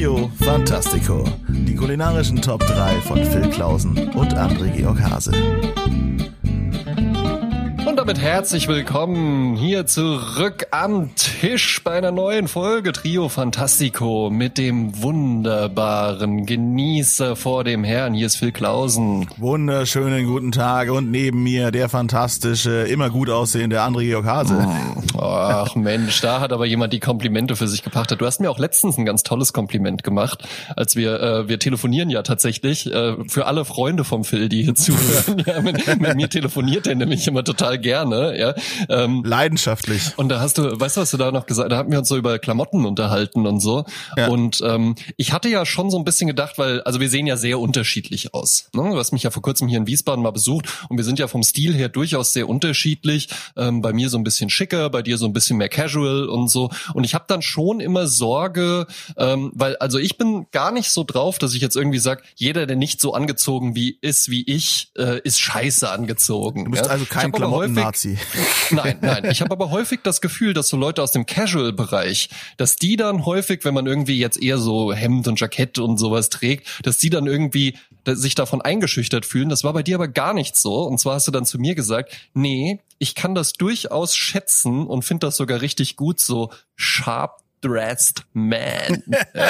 Trio Fantastico. Die kulinarischen Top 3 von Phil Clausen und André Georg Hase. Und damit herzlich willkommen hier zurück am Tisch bei einer neuen Folge Trio Fantastico mit dem wunderbaren Genießer vor dem Herrn. Hier ist Phil Clausen. Wunderschönen guten Tag und neben mir der fantastische, immer gut aussehende André Georg Hase. Ach Mensch, da hat aber jemand die Komplimente für sich gebracht. Du hast mir auch letztens ein ganz tolles Kompliment gemacht, als wir telefonieren ja tatsächlich, für alle Freunde vom Phil, die hier zuhören. Ja, mit mir telefoniert er nämlich immer total gerne, ja. Leidenschaftlich. Und da hast du, weißt du, was du da noch gesagt, da hatten wir uns so über Klamotten unterhalten und so. Ja. Und ich hatte ja schon so ein bisschen gedacht, weil, also wir sehen ja sehr unterschiedlich aus. Ne? Du hast mich ja vor kurzem hier in Wiesbaden mal besucht und wir sind ja vom Stil her durchaus sehr unterschiedlich. Bei mir so ein bisschen schicker, bei dir so ein bisschen mehr casual und so. Und ich habe dann schon immer Sorge, weil, also ich bin gar nicht so drauf, dass ich jetzt irgendwie sage, jeder, der nicht so angezogen ist wie ich, ist scheiße angezogen. Du bist also kein Klamotten-Nazi. Nein. Ich habe aber häufig das Gefühl, dass so Leute aus dem Casual-Bereich, dass die dann häufig, wenn man irgendwie jetzt eher so Hemd und Jackett und sowas trägt, dass die dann irgendwie sich davon eingeschüchtert fühlen. Das war bei dir aber gar nicht so. Und zwar hast du dann zu mir gesagt, nee, ich kann das durchaus schätzen und finde das sogar richtig gut, so sharp dressed man.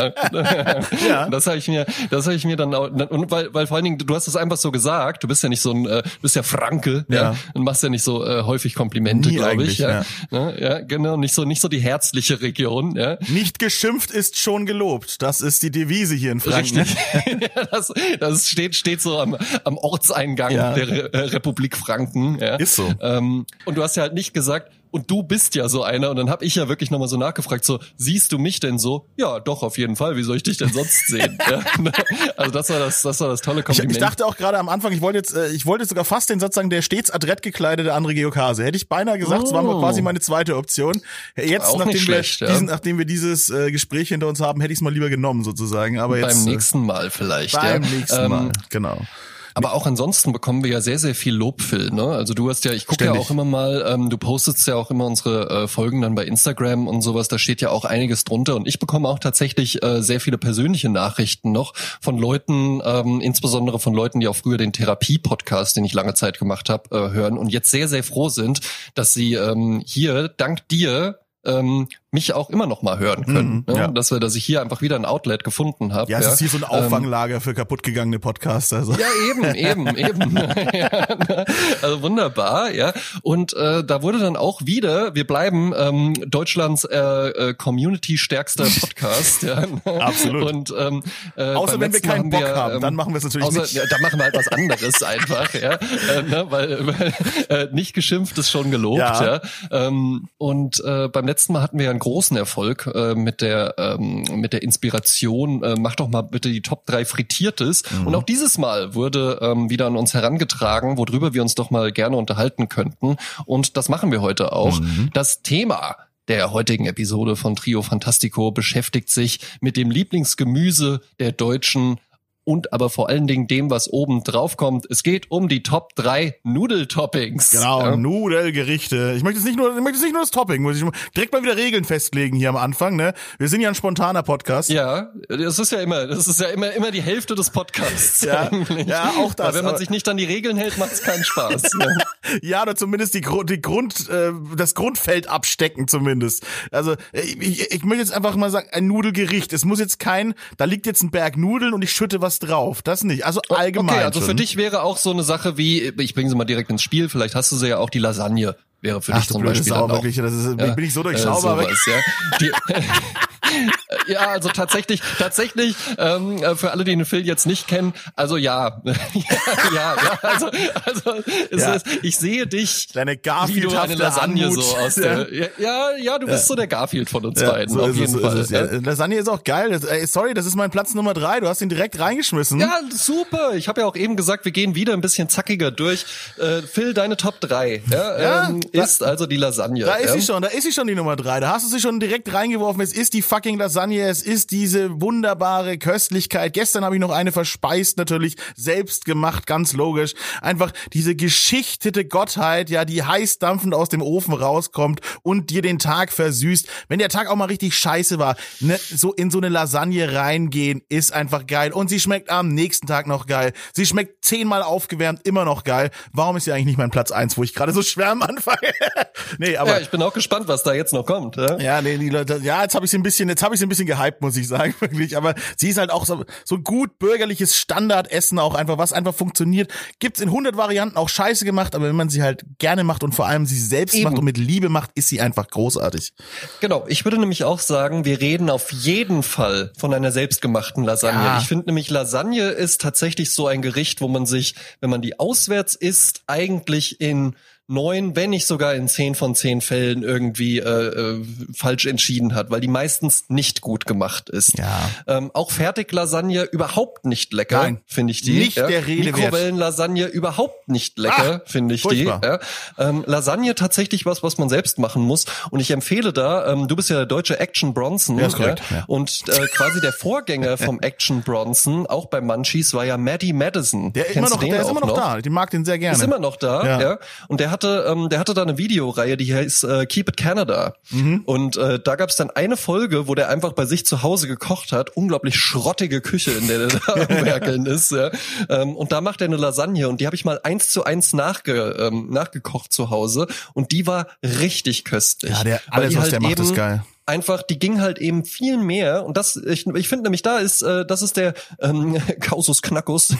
Ja. Das habe ich mir dann auch, und weil vor allen Dingen, du hast es einfach so gesagt, du bist ja nicht so du bist ja Franke, ja, und machst ja nicht so häufig Komplimente, glaube ich. Ja. Ja, genau, nicht so die herzliche Region. Ja. Nicht geschimpft ist schon gelobt. Das ist die Devise hier in Franken. Richtig. Ja, das steht so am Ortseingang der Republik Franken. Ja. Ist so. Und du hast ja halt nicht gesagt, und du bist ja so einer. Und dann habe ich ja wirklich nochmal so nachgefragt, so, siehst du mich denn so? Ja, doch, auf jeden Fall. Wie soll ich dich denn sonst sehen? Ja, also das war das tolle Kompliment. Ich dachte auch gerade am Anfang, ich wollte jetzt sogar fast den Satz sagen, der stets adrett gekleidete André Georg Hase. Hätte ich beinahe gesagt, das war quasi meine zweite Option. Jetzt, auch nachdem wir dieses Gespräch hinter uns haben, hätte ich es mal lieber genommen sozusagen. Aber jetzt beim nächsten Mal vielleicht. Beim nächsten Mal, genau. Aber auch ansonsten bekommen wir ja sehr, sehr viel Lob, Phil, ne? Also du hast ja, ich gucke ja auch immer mal, du postest ja auch immer unsere Folgen dann bei Instagram und sowas, da steht ja auch einiges drunter und ich bekomme auch tatsächlich sehr viele persönliche Nachrichten noch von Leuten, insbesondere von Leuten, die auch früher den Therapie-Podcast, den ich lange Zeit gemacht habe, hören und jetzt sehr, sehr froh sind, dass sie hier dank dir mich auch immer noch mal hören können, ne? Dass ich hier einfach wieder ein Outlet gefunden habe. Ja, es ist hier so ein Auffanglager für kaputtgegangene Podcaster. Also. Ja, eben. Ja, also wunderbar, ja. Und da wurde dann auch wieder, wir bleiben Deutschlands Community-stärkster Podcast. Ja. Absolut. Und außer wenn wir keinen Bock haben, dann machen wir es natürlich nicht. Ja, dann machen wir halt was anderes einfach, ja. Ne, weil nicht geschimpft ist schon gelobt, ja. Und beim letzten Mal hatten wir ja einen großen Erfolg mit der Inspiration, mach doch mal bitte die Top 3 Frittiertes. Und auch dieses Mal wurde wieder an uns herangetragen, worüber wir uns doch mal gerne unterhalten könnten. Und das machen wir heute auch. Das Thema der heutigen Episode von Trio Fantastico beschäftigt sich mit dem Lieblingsgemüse der Deutschen und aber vor allen Dingen dem, was oben drauf kommt. Es geht um die Top 3 Nudeltoppings. Genau, ja. Nudelgerichte. Ich möchte jetzt nicht nur das Topping, muss ich direkt mal wieder Regeln festlegen hier am Anfang, ne? Wir sind ja ein spontaner Podcast. Ja, das ist ja immer die Hälfte des Podcasts. Ja, eigentlich. Ja, auch das. Aber wenn man sich nicht an die Regeln hält, macht es keinen Spaß. Ja, oder zumindest das Grundfeld abstecken zumindest. Also, ich möchte jetzt einfach mal sagen, ein Nudelgericht. Es muss jetzt da liegt jetzt ein Berg Nudeln und ich schütte was drauf. Das nicht. Also allgemein. Okay, also schon. Für dich wäre auch so eine Sache wie, ich bringe sie mal direkt ins Spiel, vielleicht hast du sie ja auch, die Lasagne wäre für dich zum Beispiel Sau, dann auch. Wirklich, bin ich so durchschaubar. Sowas, ja. Ja, also tatsächlich, für alle, die den Phil jetzt nicht kennen, also ja, ich sehe dich, deine wie du eine Lasagne Anmut. So aus der, du bist so der Garfield von uns beiden, so auf jeden Fall. Ja. Lasagne ist auch geil, das ist mein Platz Nummer 3, du hast ihn direkt reingeschmissen. Ja, super, ich habe ja auch eben gesagt, wir gehen wieder ein bisschen zackiger durch. Phil, deine Top 3, ist also die Lasagne. Da ist sie schon die Nummer 3, da hast du sie schon direkt reingeworfen, es ist die fucking Lasagne. Lasagne, es ist diese wunderbare Köstlichkeit. Gestern habe ich noch eine verspeist, natürlich selbst gemacht, ganz logisch. Einfach diese geschichtete Gottheit, ja, die heiß dampfend aus dem Ofen rauskommt und dir den Tag versüßt. Wenn der Tag auch mal richtig scheiße war, ne, so in so eine Lasagne reingehen, ist einfach geil. Und sie schmeckt am nächsten Tag noch geil. Sie schmeckt 10-mal aufgewärmt, immer noch geil. Warum ist sie eigentlich nicht mein Platz 1, wo ich gerade so schwärmen anfange? Nee, aber. Ja, ich bin auch gespannt, was da jetzt noch kommt. Ja, nee, die Leute, ja, jetzt habe ich sie ein bisschen gehypt, muss ich sagen, wirklich. Aber sie ist halt auch so gut bürgerliches Standardessen auch einfach, was einfach funktioniert. Gibt's in 100 Varianten auch scheiße gemacht, aber wenn man sie halt gerne macht und vor allem sie selbst macht und mit Liebe macht, ist sie einfach großartig. Genau, ich würde nämlich auch sagen, wir reden auf jeden Fall von einer selbstgemachten Lasagne. Ja. Ich finde nämlich, Lasagne ist tatsächlich so ein Gericht, wo man sich, wenn man die auswärts isst, eigentlich in 9, wenn nicht sogar in 10 von 10 Fällen irgendwie falsch entschieden hat, weil die meistens nicht gut gemacht ist. Ja. Auch Fertiglasagne überhaupt nicht lecker, finde ich die. Nicht der Rede wert. Mikrowellenlasagne überhaupt nicht lecker, finde ich furchtbar. Die. Ja. Lasagne tatsächlich was man selbst machen muss. Und ich empfehle da, du bist ja der deutsche Action Bronson. Ja, ist korrekt. Ja. Und quasi der Vorgänger vom Action Bronson, auch bei Munchies, war ja Maddie Madison. Der ist immer noch da. Ich mag den sehr gerne. Ist immer noch da, ja. Und der hatte da eine Videoreihe, die heißt Keep It Canada. Und da gab es dann eine Folge, wo der einfach bei sich zu Hause gekocht hat. Unglaublich schrottige Küche, in der der da am Werkeln ist. Ja. Und da macht er eine Lasagne und die habe ich mal 1:1 nachgekocht zu Hause. Und die war richtig köstlich. Ja, alles, was der macht, ist geil. Einfach, die ging halt eben viel mehr und das, ich finde nämlich das ist der Kausus Knackus.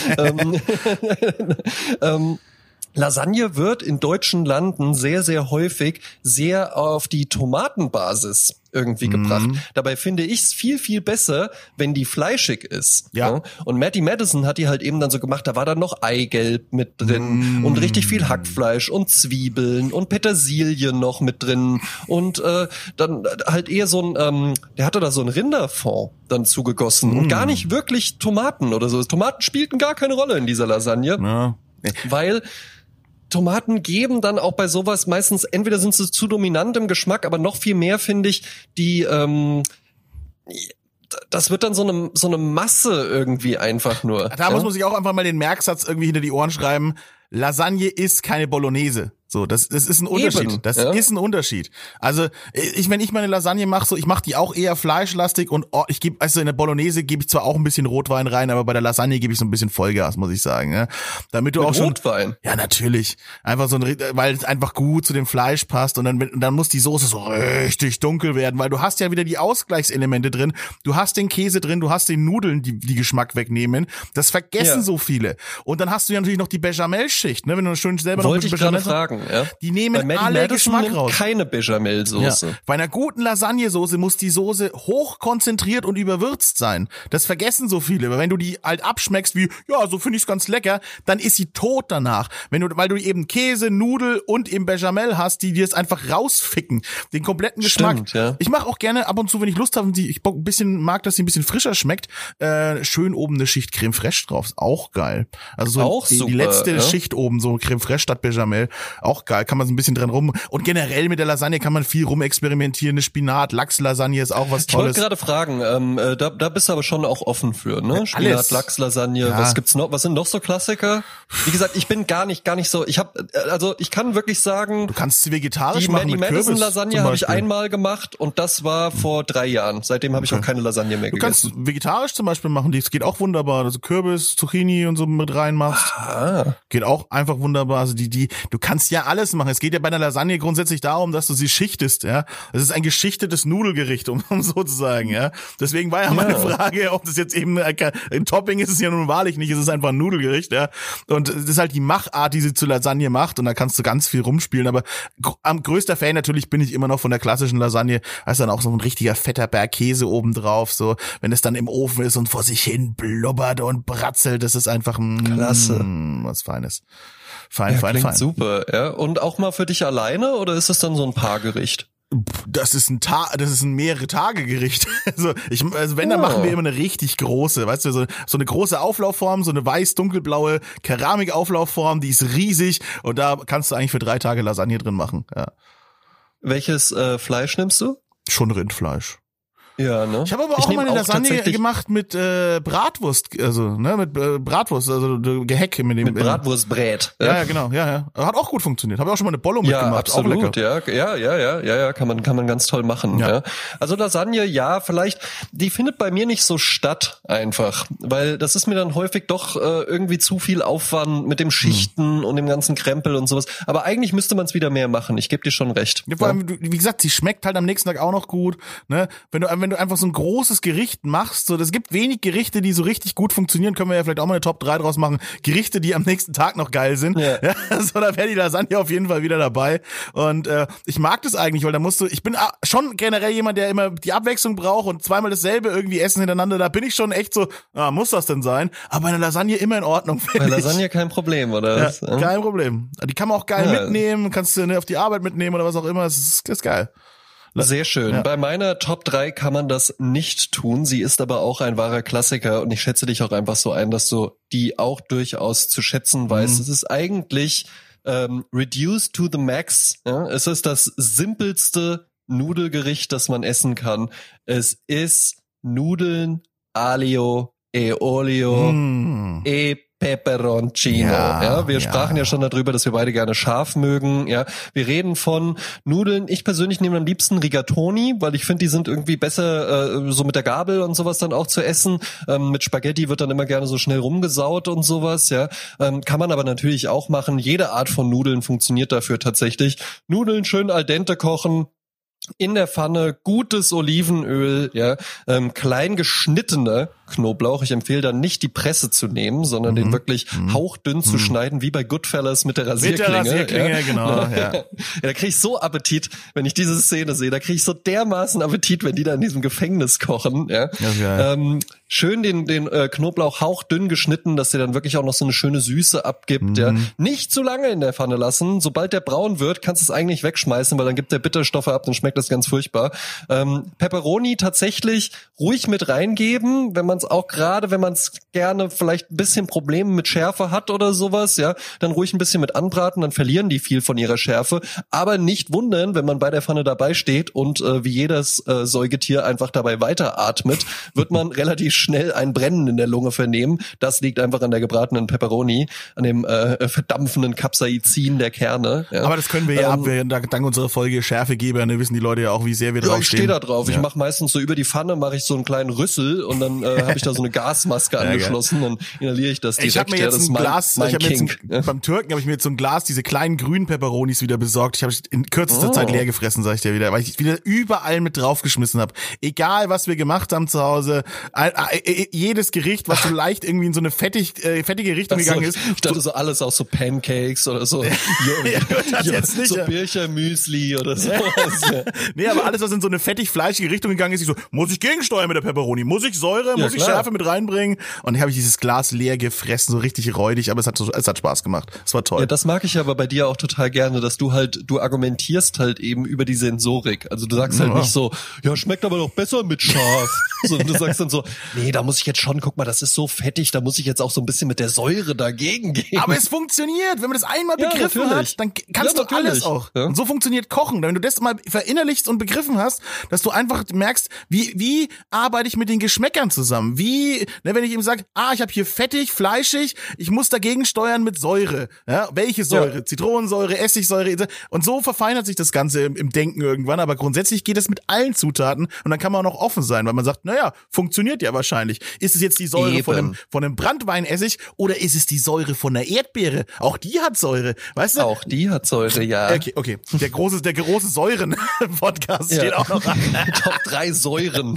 Lasagne wird in deutschen Landen sehr, sehr häufig sehr auf die Tomatenbasis irgendwie gebracht. Dabei finde ich es viel, viel besser, wenn die fleischig ist. Ja. Und Maddie Madison hat die halt eben dann so gemacht, da war dann noch Eigelb mit drin und richtig viel Hackfleisch und Zwiebeln und Petersilie noch mit drin und dann halt eher so ein, der hatte da so ein Rinderfond dann zugegossen und gar nicht wirklich Tomaten oder so. Tomaten spielten gar keine Rolle in dieser Lasagne, weil Tomaten geben dann auch bei sowas meistens, entweder sind sie zu dominant im Geschmack, aber noch viel mehr finde ich, das wird dann so eine Masse irgendwie einfach nur. Da muss man sich auch einfach mal den Merksatz irgendwie hinter die Ohren schreiben. Lasagne ist keine Bolognese. So, das ist ein Unterschied. Eben, das ist ein Unterschied. Also, wenn ich meine Lasagne mache, ich mache die auch eher fleischlastig und ich gebe, also in der Bolognese gebe ich zwar auch ein bisschen Rotwein rein, aber bei der Lasagne gebe ich so ein bisschen Vollgas, muss ich sagen, ne? Damit du mit auch schon Rotwein. Ja, natürlich. Einfach weil es einfach gut zu dem Fleisch passt und dann muss die Soße so richtig dunkel werden, weil du hast ja wieder die Ausgleichselemente drin. Du hast den Käse drin, du hast den Nudeln, die Geschmack wegnehmen. Das vergessen so viele. Und dann hast du ja natürlich noch die Bechamelschicht, ne, wenn du schön selber Wollte noch ich gerade fragen. Ja. Die nehmen alle Geschmack raus. Keine Bechamelsoße. Ja. Bei einer guten Lasagnesoße muss die Soße hochkonzentriert und überwürzt sein. Das vergessen so viele. Weil wenn du die halt abschmeckst wie, ja, so finde ich's ganz lecker, dann ist sie tot danach. Weil du eben Käse, Nudel und eben Bechamel hast, die dir es einfach rausficken. Den kompletten Geschmack. Stimmt, ja. Ich mache auch gerne ab und zu, wenn ich Lust habe und ich ein bisschen mag, dass sie ein bisschen frischer schmeckt, schön oben eine Schicht Creme Fraiche drauf. Ist auch geil. Also so auch die super, letzte Schicht oben, so Creme Fraiche statt Bechamel. Auch geil. Kann man so ein bisschen dran rum. Und generell mit der Lasagne kann man viel rumexperimentieren. Eine Spinat, Lachslasagne ist auch was Tolles. Ich wollte gerade fragen, da bist du aber schon auch offen für, ne? Spinat, alles. Lachslasagne, was gibt's noch? Was sind noch so Klassiker? Wie gesagt, ich bin gar nicht so, ich kann wirklich sagen, du kannst sie vegetarisch machen mit Madison Kürbis. Lasagne habe ich einmal gemacht und das war vor 3 Jahren. Seitdem habe ich auch keine Lasagne mehr gegessen. Du kannst vegetarisch zum Beispiel machen, das geht auch wunderbar. Also Kürbis, Zucchini und so mit reinmachst. Geht auch einfach wunderbar. Also du kannst ja alles machen. Es geht ja bei einer Lasagne grundsätzlich darum, dass du sie schichtest, ja. Es ist ein geschichtetes Nudelgericht, um sozusagen, ja. Deswegen war ja meine Frage, ob das jetzt eben ein Topping ist, es ja nun wahrlich nicht, es ist einfach ein Nudelgericht, ja. Und das ist halt die Machart, die sie zu Lasagne macht und da kannst du ganz viel rumspielen, aber am größter Fan natürlich bin ich immer noch von der klassischen Lasagne. Da ist dann auch so ein richtiger fetter Berg Käse oben drauf, so, wenn es dann im Ofen ist und vor sich hin blubbert und bratzelt, das ist einfach klasse. Was Feines. Fein. Super, ja. Und auch mal für dich alleine oder ist das dann so ein Paargericht? Das ist ein mehrere Tage Gericht. Also wenn, dann machen wir immer eine richtig große, weißt du, so eine große Auflaufform, so eine weiß-dunkelblaue Keramikauflaufform, die ist riesig und da kannst du eigentlich für 3 Tage Lasagne drin machen, ja. Welches Fleisch nimmst du? Schon Rindfleisch. Ja, ne? Ich habe aber auch mal eine Lasagne gemacht mit Bratwurst, also mit Bratwurst, also Gehack mit Bratwurstbrät. Ja, genau, ja. Hat auch gut funktioniert. Habe ich auch schon mal eine Bollo mitgemacht, absolut, auch lecker. Ja, kann man ganz toll machen. Ja. Also Lasagne, ja, vielleicht, die findet bei mir nicht so statt einfach, weil das ist mir dann häufig doch irgendwie zu viel Aufwand mit dem Schichten und dem ganzen Krempel und sowas. Aber eigentlich müsste man es wieder mehr machen. Ich gebe dir schon recht. Ja, vor allem, wie gesagt, sie schmeckt halt am nächsten Tag auch noch gut. Ne? Wenn du einfach so ein großes Gericht machst, so, es gibt wenig Gerichte, die so richtig gut funktionieren, können wir ja vielleicht auch mal eine Top 3 draus machen. Gerichte, die am nächsten Tag noch geil sind. Ja. So, da wäre die Lasagne auf jeden Fall wieder dabei. Und ich mag das eigentlich, weil ich bin schon generell jemand, der immer die Abwechslung braucht und zweimal dasselbe irgendwie essen hintereinander. Da bin ich schon echt so, muss das denn sein? Aber eine Lasagne immer in Ordnung. Bei Lasagne kein Problem, oder? Ja, kein Problem. Die kann man auch geil mitnehmen, kannst du auf die Arbeit mitnehmen oder was auch immer. Das ist geil. Sehr schön. Ja. Bei meiner Top 3 kann man das nicht tun. Sie ist aber auch ein wahrer Klassiker und ich schätze dich auch einfach so ein, dass du die auch durchaus zu schätzen weißt. Es ist eigentlich reduced to the max. Ja? Es ist das simpelste Nudelgericht, das man essen kann. Es ist Nudeln, Aglio e Olio e Peperoncino. Wir sprachen ja schon darüber, dass wir beide gerne scharf mögen. Ja, wir reden von Nudeln. Ich persönlich nehme am liebsten Rigatoni, weil ich finde, die sind irgendwie besser so mit der Gabel und sowas dann auch zu essen. Mit Spaghetti wird dann immer gerne so schnell rumgesaut und sowas. Ja, kann man aber natürlich auch machen. Jede Art von Nudeln funktioniert dafür tatsächlich. Nudeln schön al dente kochen. In der Pfanne gutes Olivenöl, klein geschnittene Knoblauch. Ich empfehle dann nicht die Presse zu nehmen, sondern den wirklich hauchdünn zu schneiden, wie bei Goodfellas mit der Rasierklinge. Mit der Rasierklinge, genau. Ja. Da kriege ich so Appetit, wenn ich diese Szene sehe. Da kriege ich so dermaßen Appetit, wenn die da in diesem Gefängnis kochen. Ja. Schön den Knoblauch hauchdünn geschnitten, dass der dann wirklich auch noch so eine schöne Süße abgibt. Ja. Nicht zu lange in der Pfanne lassen. Sobald der braun wird, kannst du es eigentlich wegschmeißen, weil dann gibt der Bitterstoffe ab, dann schmeckt das ganz furchtbar. Pepperoni tatsächlich ruhig mit reingeben, wenn man es gerne vielleicht ein bisschen Probleme mit Schärfe hat oder sowas, ja, dann ruhig ein bisschen mit anbraten, dann verlieren die viel von ihrer Schärfe. Aber nicht wundern, wenn man bei der Pfanne dabei steht und wie jedes Säugetier einfach dabei weiteratmet, wird man relativ schnell ein Brennen in der Lunge vernehmen. Das liegt einfach an der gebratenen Pepperoni, an dem verdampfenden Capsaicin der Kerne. Ja. Aber das können wir ja abwehren, dank unserer Folge Schärfegeber, ne, wissen die Leute ja auch, wie sehr wir draufstehen. Ich stehe da drauf. Ja. Ich mache meistens so über die Pfanne, mache ich so einen kleinen Rüssel und dann habe ich da so eine Gasmaske angeschlossen, dann inhaliere ich das direkt. Ich habe mir jetzt beim Türken habe ich mir jetzt so ein Glas, diese kleinen grünen Pepperonis wieder besorgt. Ich habe in kürzester Zeit leer gefressen, sag ich dir wieder, weil ich wieder überall mit draufgeschmissen habe. Egal, was wir gemacht haben zu Hause, jedes Gericht, was so leicht irgendwie in so eine fettige Richtung gegangen ist. Ich dachte so alles auch so Pancakes oder so. Jetzt nicht, so Birchermüsli oder so. Nee, aber alles, was in so eine fettig-fleischige Richtung gegangen ist, ich so, muss ich gegensteuern mit der Pepperoni? Muss ich Säure? Muss ich Schärfe mit reinbringen? Und dann habe ich dieses Glas leer gefressen, so richtig räudig, aber es hat Spaß gemacht. Es war toll. Ja, das mag ich aber bei dir auch total gerne, dass du argumentierst halt eben über die Sensorik. Also du sagst halt nicht so, ja, schmeckt aber doch besser mit scharf. Sondern du sagst dann so, nee, da muss ich jetzt schon, guck mal, das ist so fettig, da muss ich jetzt auch so ein bisschen mit der Säure dagegen gehen. Aber es funktioniert. Wenn man das einmal begriffen hat, dann kannst du alles auch. Ja? Und so funktioniert Kochen. Wenn du das mal verinnerlichst und begriffen hast, dass du einfach merkst, wie arbeite ich mit den Geschmäckern zusammen? Wenn ich ihm sage, ich habe hier fettig, fleischig, ich muss dagegen steuern mit Säure. Ja? Welche Säure? Ja. Zitronensäure, Essigsäure. Und so verfeinert sich das Ganze im Denken irgendwann. Aber grundsätzlich geht es mit allen Zutaten und dann kann man auch noch offen sein, weil man sagt, naja, funktioniert ja wahrscheinlich. Ist es jetzt die Säure von einem Branntweinessig oder ist es die Säure von einer Erdbeere? Auch die hat Säure, weißt du? Auch die hat Säure, ja. Okay. Der große Säuren-Podcast steht auch noch an. Top 3 Säuren.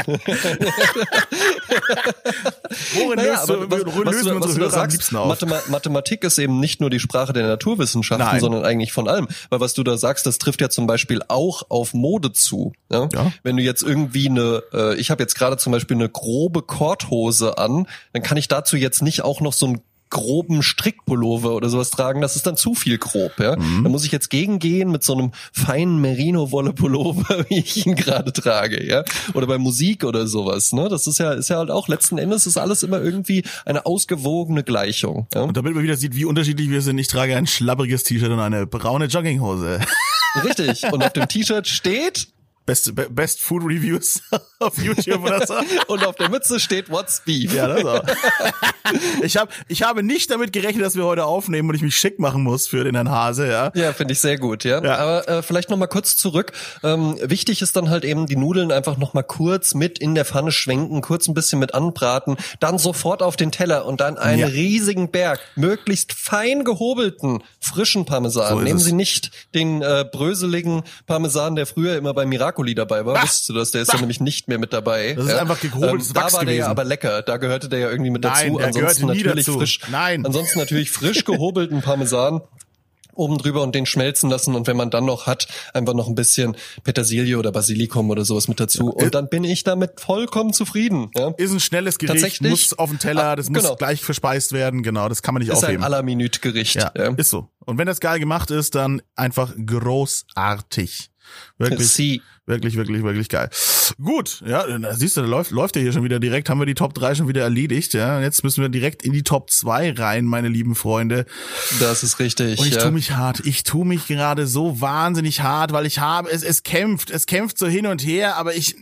Worin lösen wir unsere Hörer am liebsten auf? Mathematik ist eben nicht nur die Sprache der Naturwissenschaften, sondern eigentlich von allem. Weil was du da sagst, das trifft ja zum Beispiel auch auf Mode zu. Ja? Ja. Wenn du jetzt irgendwie ich habe jetzt gerade zum Beispiel eine grobe Korthose an, dann kann ich dazu jetzt nicht auch noch so einen groben Strickpullover oder sowas tragen, das ist dann zu viel grob, ja. Da muss ich jetzt gegengehen mit so einem feinen Merino-Wolle-Pullover, wie ich ihn gerade trage, ja. Oder bei Musik oder sowas, ne. Das ist ja halt auch, letzten Endes ist alles immer irgendwie eine ausgewogene Gleichung, ja? Und damit man wieder sieht, wie unterschiedlich wir sind, ich trage ein schlabbriges T-Shirt und eine braune Jogginghose. Richtig. Und auf dem T-Shirt steht Best Food Reviews auf YouTube oder so. Und auf der Mütze steht What's Beef. Ja, das auch. Ich habe nicht damit gerechnet, dass wir heute aufnehmen und ich mich schick machen muss für den Herrn Hase, ja. Ja, finde ich sehr gut, ja. Ja. Aber vielleicht noch mal kurz zurück. Wichtig ist dann halt eben, die Nudeln einfach noch mal kurz mit in der Pfanne schwenken, kurz ein bisschen mit anbraten, dann sofort auf den Teller und dann einen riesigen Berg, möglichst fein gehobelten, frischen Parmesan. So Nehmen es. Sie nicht den bröseligen Parmesan, der früher immer bei Miracoli dabei war. Wusstest du das? Der ist ja nämlich nicht mehr mit dabei. Das ist einfach gehobeltes Da Wachs war der ja gewesen. aber lecker. Da gehörte der ja irgendwie mit Nein, dazu. der Ansonsten gehörte nie natürlich dazu. frisch. Nein. Ansonsten natürlich frisch gehobelten Parmesan oben drüber und den schmelzen lassen und wenn man dann noch hat, einfach noch ein bisschen Petersilie oder Basilikum oder sowas mit dazu und dann bin ich damit vollkommen zufrieden. Ja? Ist ein schnelles Gericht, Tatsächlich, muss auf den Teller, das muss gleich verspeist werden, genau, das kann man nicht ist aufheben. ein à la Minute Gericht. Ja, ist so. Und wenn das geil gemacht ist, dann einfach großartig. Wirklich, Sie. wirklich, wirklich, wirklich geil. Gut, ja, da siehst du, da läuft ja hier schon wieder direkt, haben wir die Top 3 schon wieder erledigt, ja. Und jetzt müssen wir direkt in die Top 2 rein, meine lieben Freunde. Das ist richtig. Und ich tue mich hart. Ich tue mich gerade so wahnsinnig hart, weil es kämpft so hin und her, aber ich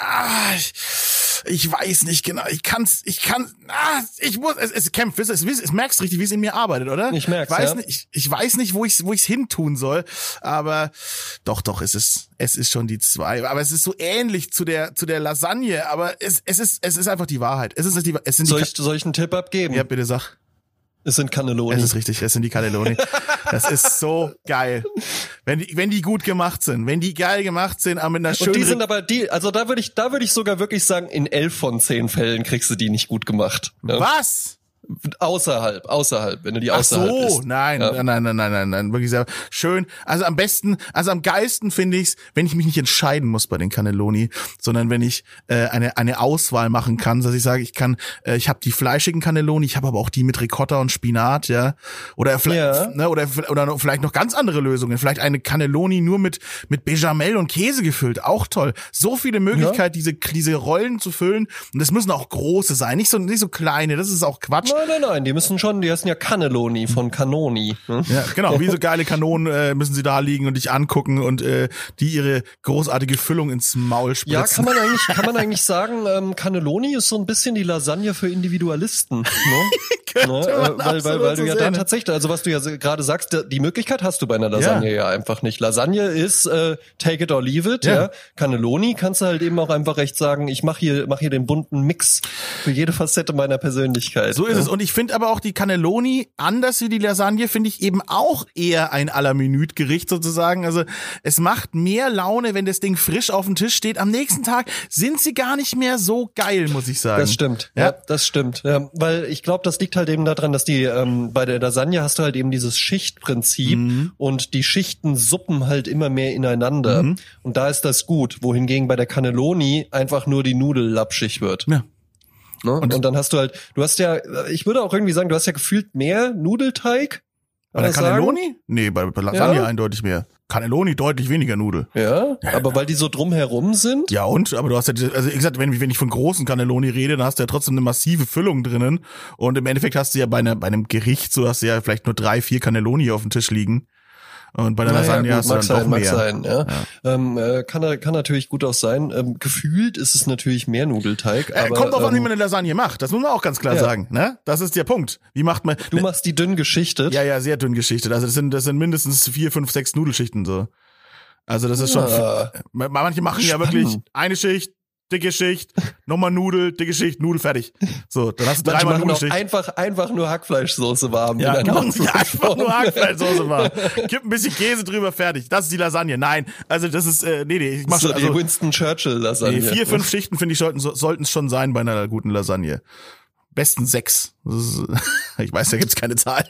weiß nicht genau. Es kämpft. Es merkst richtig, wie es in mir arbeitet, oder? Ich merk's, ich weiß nicht, wo ich's hin tun soll, aber doch, es ist schon die 2. Aber es ist so ähnlich zu der Lasagne, aber es ist einfach die Wahrheit. Soll ich einen Tipp abgeben? Ja, bitte sag. Es sind Cannelloni. Es ist richtig, es sind die Cannelloni. Das ist so geil. Wenn die gut gemacht sind, wenn die geil gemacht sind, aber mit einer schönen... Und die sind aber also da würde ich sogar wirklich sagen, in 11 von 10 Fällen kriegst du die nicht gut gemacht. Ne? Was? Außerhalb, wenn du die außerhalb Ach so, isst. nein, wirklich sehr schön. Also am geilsten finde ich's, wenn ich mich nicht entscheiden muss bei den Cannelloni, sondern wenn ich eine Auswahl machen kann, dass ich sage, ich habe die fleischigen Cannelloni, ich habe aber auch die mit Ricotta und Spinat, ja, oder vielleicht oder vielleicht noch ganz andere Lösungen, vielleicht eine Cannelloni nur mit Bechamel und Käse gefüllt, auch toll. So viele Möglichkeiten, diese Rollen zu füllen, und das müssen auch große sein, nicht so kleine, das ist auch Quatsch. Nein, die heißen ja Cannelloni von Cannoni. Ne? Ja, genau, wie so geile Kanonen müssen sie da liegen und dich angucken und die ihre großartige Füllung ins Maul spritzen. Ja, kann man eigentlich sagen, Cannelloni ist so ein bisschen die Lasagne für Individualisten. Ne? Weil du ja dann tatsächlich, also was du ja gerade sagst, die Möglichkeit hast du bei einer Lasagne ja einfach nicht. Lasagne ist take it or leave it. Ja. Cannelloni kannst du halt eben auch einfach recht sagen, ich mach hier den bunten Mix für jede Facette meiner Persönlichkeit. So ist es. Und ich finde aber auch die Cannelloni, anders wie die Lasagne, finde ich eben auch eher ein à la Minute Gericht sozusagen. Also es macht mehr Laune, wenn das Ding frisch auf dem Tisch steht. Am nächsten Tag sind sie gar nicht mehr so geil, muss ich sagen. Das stimmt. Ja, das stimmt. Ja, weil ich glaube, das liegt halt eben daran, dass die bei der Lasagne hast du halt eben dieses Schichtprinzip und die Schichten suppen halt immer mehr ineinander. Und da ist das gut. Wohingegen bei der Cannelloni einfach nur die Nudel lapschig wird. Ja. Ne? Und dann hast du ich würde auch irgendwie sagen, du hast ja gefühlt mehr Nudelteig. Bei der Cannelloni? Nee, bei Lasagne eindeutig mehr. Cannelloni deutlich weniger Nudel. Ja, aber weil die so drumherum sind? Ja, aber du hast ja, also wie gesagt, wenn ich von großen Cannelloni rede, dann hast du ja trotzdem eine massive Füllung drinnen. Und im Endeffekt hast du ja bei einem Gericht, so hast du ja vielleicht nur 3-4 Cannelloni auf dem Tisch liegen. Und bei der Lasagne hast du dann doch mehr. Mag sein, ja. Kann natürlich gut auch sein. Gefühlt ist es natürlich mehr Nudelteig. Aber, kommt drauf an, wie man eine Lasagne macht. Das muss man auch ganz klar sagen. Ne? Das ist der Punkt. Wie macht man? Du machst die dünn geschichtet? Ja, sehr dünn geschichtet. Also das sind mindestens 4, 5, 6 Nudelschichten so. Also das ist schon. Manche machen ja wirklich eine Schicht, dicke Schicht, nochmal Nudel, dicke Schicht, Nudel, fertig. So, dann hast du dreimal Nudelschicht. Einfach nur Hackfleischsoße warm. Ja, einfach nur Hackfleischsoße warm. Gib ein bisschen Käse drüber, fertig. Das ist die Lasagne. Nein, also das ist, ich mach so die Winston Churchill Lasagne. 4, 5 Schichten, finde ich, sollten es schon sein bei einer guten Lasagne. Besten 6. Ich weiß, da gibt's keine Zahl.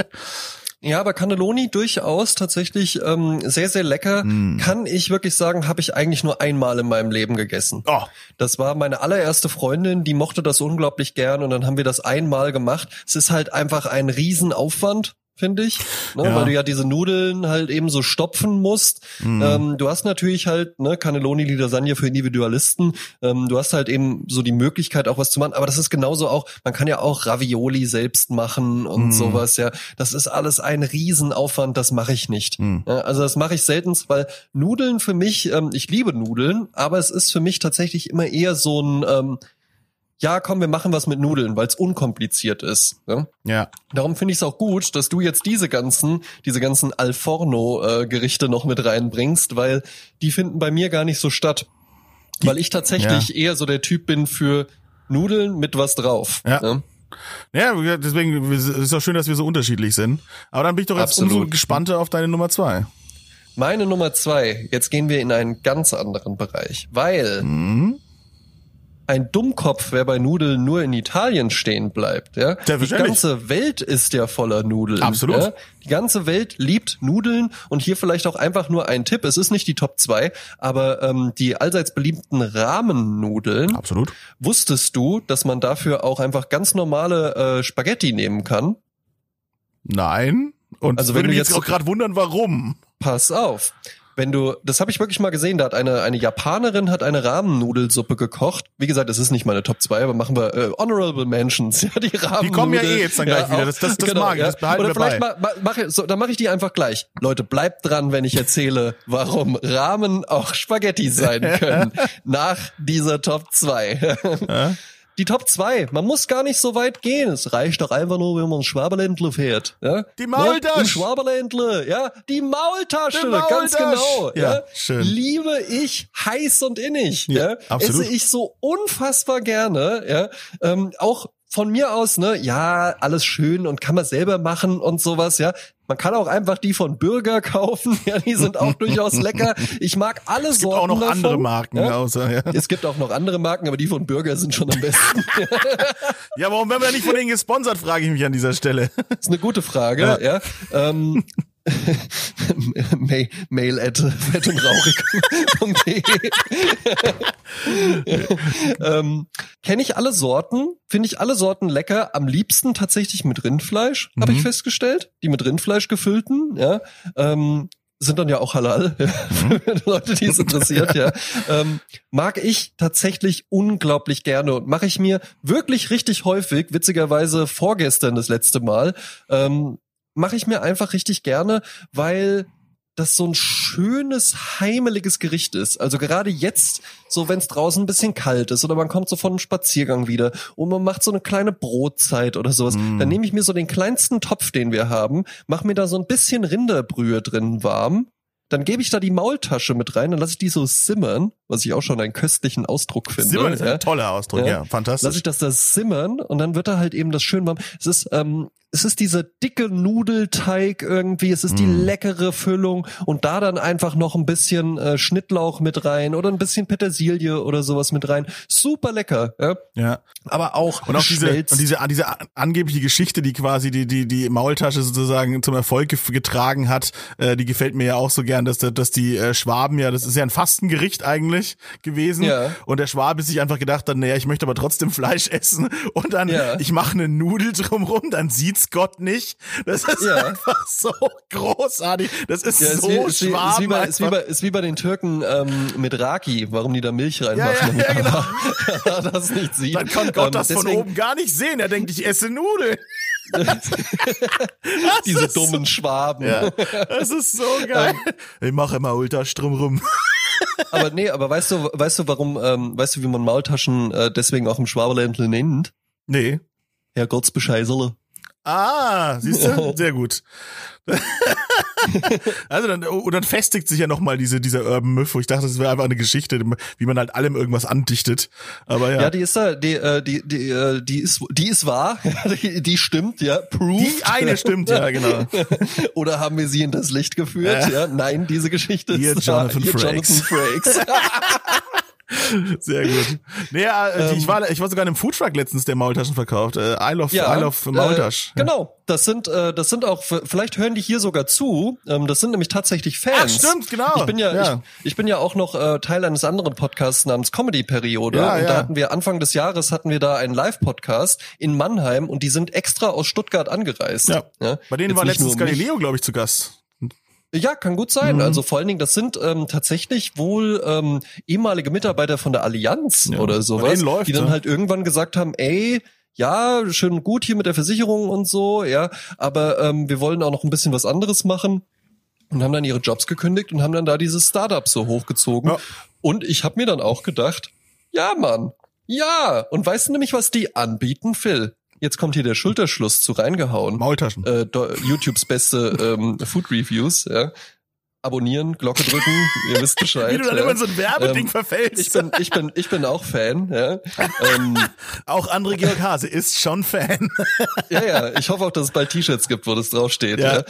Ja, aber Cannelloni durchaus tatsächlich sehr, sehr lecker. Kann ich wirklich sagen, habe ich eigentlich nur einmal in meinem Leben gegessen. Oh. Das war meine allererste Freundin, die mochte das unglaublich gern und dann haben wir das einmal gemacht. Es ist halt einfach ein Riesenaufwand. finde ich, ne? Weil du ja diese Nudeln halt eben so stopfen musst. Du hast natürlich halt, ne, Cannelloni di Lasagne für Individualisten. Du hast halt eben so die Möglichkeit auch was zu machen, aber das ist genauso auch, man kann ja auch Ravioli selbst machen und sowas, ja. Das ist alles ein Riesenaufwand, das mache ich nicht. Ja, also das mache ich seltenst, weil Nudeln für mich, ich liebe Nudeln, aber es ist für mich tatsächlich immer eher so ein ja, komm, wir machen was mit Nudeln, weil es unkompliziert ist. Ne? Ja. Darum finde ich es auch gut, dass du jetzt diese ganzen Al Forno Gerichte noch mit reinbringst, weil die finden bei mir gar nicht so statt. Weil ich tatsächlich eher so der Typ bin für Nudeln mit was drauf. Ja. Ne? Ja, deswegen ist es auch schön, dass wir so unterschiedlich sind. Aber dann bin ich doch jetzt umso gespannter auf deine Nummer 2. Meine Nummer 2, jetzt gehen wir in einen ganz anderen Bereich, weil ein Dummkopf, wer bei Nudeln nur in Italien stehen bleibt, ja. Die ganze Welt ist ja voller Nudeln. Absolut. Ja? Die ganze Welt liebt Nudeln und hier vielleicht auch einfach nur ein Tipp. Es ist nicht die Top 2, aber die allseits beliebten Ramen-Nudeln. Absolut. Wusstest du, dass man dafür auch einfach ganz normale Spaghetti nehmen kann? Nein. Und also wenn du jetzt auch gerade wundern, warum. Pass auf. Das habe ich wirklich mal gesehen, da hat eine Japanerin hat eine Ramen-Nudelsuppe gekocht. Wie gesagt, das ist nicht meine Top 2, aber machen wir Honorable Mentions. Ja, die Ramen. Die kommen ja eh jetzt dann gleich wieder. Das genau, mag ich, das behalten wir bei. Oder vielleicht dann mache ich die einfach gleich. Leute, bleibt dran, wenn ich erzähle, warum Ramen auch Spaghetti sein können. Nach dieser Top 2. Ja? Die Top 2, man muss gar nicht so weit gehen. Es reicht doch einfach nur, wenn man ein Schwaberländle fährt. Ja? Die Maultasche. Ein Schwaberländle, ja. Die Maultasche, ganz genau. Ja, schön. Liebe ich heiß und innig. Ja, absolut. Esse ich so unfassbar gerne. Ja, auch von mir aus, ne, ja, alles schön und kann man selber machen und sowas, ja. Man kann auch einfach die von Bürger kaufen, ja, die sind auch durchaus lecker. Ich mag alle Sorten. Es gibt auch noch andere Marken, ja? außer, ja. Es gibt auch noch andere Marken, aber die von Bürger sind schon am besten. Ja, warum werden wir nicht von denen gesponsert, frage ich mich an dieser Stelle. Das ist eine gute Frage, ja. mail@fettundrauchig.de Kenne ich alle Sorten, finde ich alle Sorten lecker, am liebsten tatsächlich mit Rindfleisch, habe ich festgestellt, die mit Rindfleisch gefüllten, ja, sind dann ja auch halal, für Leute, die es interessiert, ja. Mag ich tatsächlich unglaublich gerne und mache ich mir wirklich richtig häufig, witzigerweise vorgestern das letzte Mal, mache ich mir einfach richtig gerne, weil das so ein schönes, heimeliges Gericht ist. Also gerade jetzt, so wenn es draußen ein bisschen kalt ist oder man kommt so von einem Spaziergang wieder und man macht so eine kleine Brotzeit oder sowas, dann nehme ich mir so den kleinsten Topf, den wir haben, mache mir da so ein bisschen Rinderbrühe drin warm, dann gebe ich da die Maultasche mit rein, dann lasse ich die so simmern, was ich auch schon einen köstlichen Ausdruck finde. Simmern ist ein toller Ausdruck, ja, fantastisch. Lasse ich das da simmern und dann wird da halt eben das schön warm. Es ist dieser dicke Nudelteig irgendwie, es ist die leckere Füllung und da dann einfach noch ein bisschen Schnittlauch mit rein oder ein bisschen Petersilie oder sowas mit rein. Super lecker, ja. Ja. Aber auch und auch diese angebliche Geschichte, die quasi die Maultasche sozusagen zum Erfolg getragen hat, die gefällt mir ja auch so gern, dass die Schwaben ja, das ist ja ein Fastengericht eigentlich gewesen, ja. Und der Schwabe sich einfach gedacht hat, naja, ich möchte aber trotzdem Fleisch essen und dann ich mache eine Nudel drumrum, dann sieht's Gott nicht. Das ist einfach so großartig. Das ist so Schwaben. Ist wie bei den Türken mit Raki, warum die da Milch reinmachen. Ja, genau. Das nicht sieht. Dann kann Gott das von oben gar nicht sehen. Er denkt, ich esse Nudeln. Diese dummen Schwaben. Ja, das ist so geil. Ich mache immer Ultrastrom rum. Aber weißt du, wie man Maultaschen deswegen auch im Schwaberländle nennt? Nee. Herr Gottsbescheißerle. Ah, siehst du? Sehr gut. Also dann festigt sich ja nochmal dieser Urban Myth, wo ich dachte, das wäre einfach eine Geschichte, wie man halt allem irgendwas andichtet. Aber ja. Ja, die ist wahr, die stimmt, ja, proved. Die eine stimmt, ja, genau. Oder haben wir sie in das Licht geführt? Ja, nein, diese Geschichte ist Jonathan Frakes. Sehr gut. Naja, ich war sogar in einem Foodtruck letztens, der Maultaschen verkauft. I love Maultasch. Genau. Das sind auch, vielleicht hören die hier sogar zu. Das sind nämlich tatsächlich Fans. Ach, stimmt, genau. Ich bin ja auch noch Teil eines anderen Podcasts namens Comedy-Periode. Ja, und da hatten wir Anfang des Jahres da einen Live-Podcast in Mannheim und die sind extra aus Stuttgart angereist. Ja. Ja? Bei denen Jetzt war nicht letztens nur Galileo, glaube ich, zu Gast. Ja, kann gut sein. Also vor allen Dingen, das sind tatsächlich wohl ehemalige Mitarbeiter von der Allianz oder sowas, die dann halt irgendwann gesagt haben, ey, ja, schön und gut hier mit der Versicherung und so, ja, aber wir wollen auch noch ein bisschen was anderes machen und haben dann ihre Jobs gekündigt und haben dann da dieses Startup so hochgezogen. Ja. Und ich habe mir dann auch gedacht, ja, Mann, ja. Und weißt du nämlich, was die anbieten, Phil? Jetzt kommt hier der Schulterschluss zu reingehauen. Maultaschen. YouTubes beste Food Reviews, ja. Abonnieren, Glocke drücken, ihr wisst Bescheid. Wie du dann immer in so ein Werbeding verfällst. Ich bin auch Fan, ja. Auch André Georg Hase ist schon Fan. Ja, ich hoffe auch, dass es bald T-Shirts gibt, wo das draufsteht. Ja.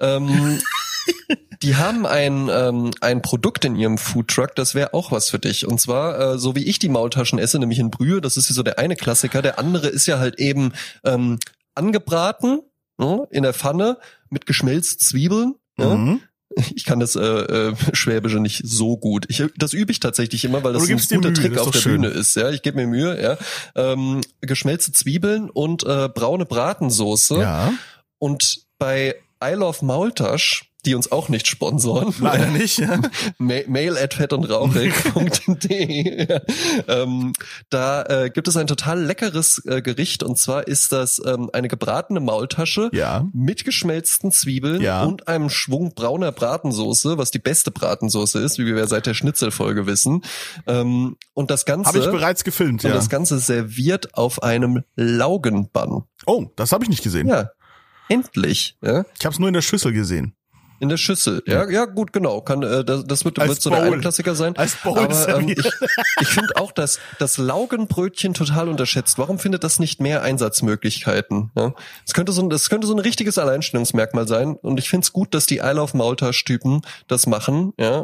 Die haben ein Produkt in ihrem Foodtruck, das wäre auch was für dich. Und zwar, so wie ich die Maultaschen esse, nämlich in Brühe, das ist so der eine Klassiker. Der andere ist ja halt eben angebraten, in der Pfanne mit geschmelzten Zwiebeln. Mhm. Ich kann das Schwäbische nicht so gut. Das übe ich tatsächlich immer, weil das ein guter Trick auf der Bühne ist. Ja, ich gebe mir Mühe. Ja, geschmelzte Zwiebeln und braune Bratensoße. Ja. Und bei I Love Maultasch, die uns auch nicht sponsoren. Leider nicht. Ja. mail@fettundrauchig.de. Da gibt es ein total leckeres Gericht und zwar ist das eine gebratene Maultasche mit geschmelzten Zwiebeln und einem Schwung brauner Bratensoße, was die beste Bratensoße ist, wie wir seit der Schnitzelfolge wissen. Und das Ganze habe ich bereits gefilmt. Und das Ganze serviert auf einem Laugenbann. Oh, das habe ich nicht gesehen. Ja, endlich. Ja. Ich habe es nur in der Schüssel gesehen. In der Schüssel, ja gut, genau. Das wird so der eine Klassiker sein. Als Bowl. Aber ich finde auch, dass das Laugenbrötchen total unterschätzt. Warum findet das nicht mehr Einsatzmöglichkeiten? Ja? Das könnte so ein richtiges Alleinstellungsmerkmal sein. Und ich finde es gut, dass die I Love Maultasch-Typen das machen. Ja,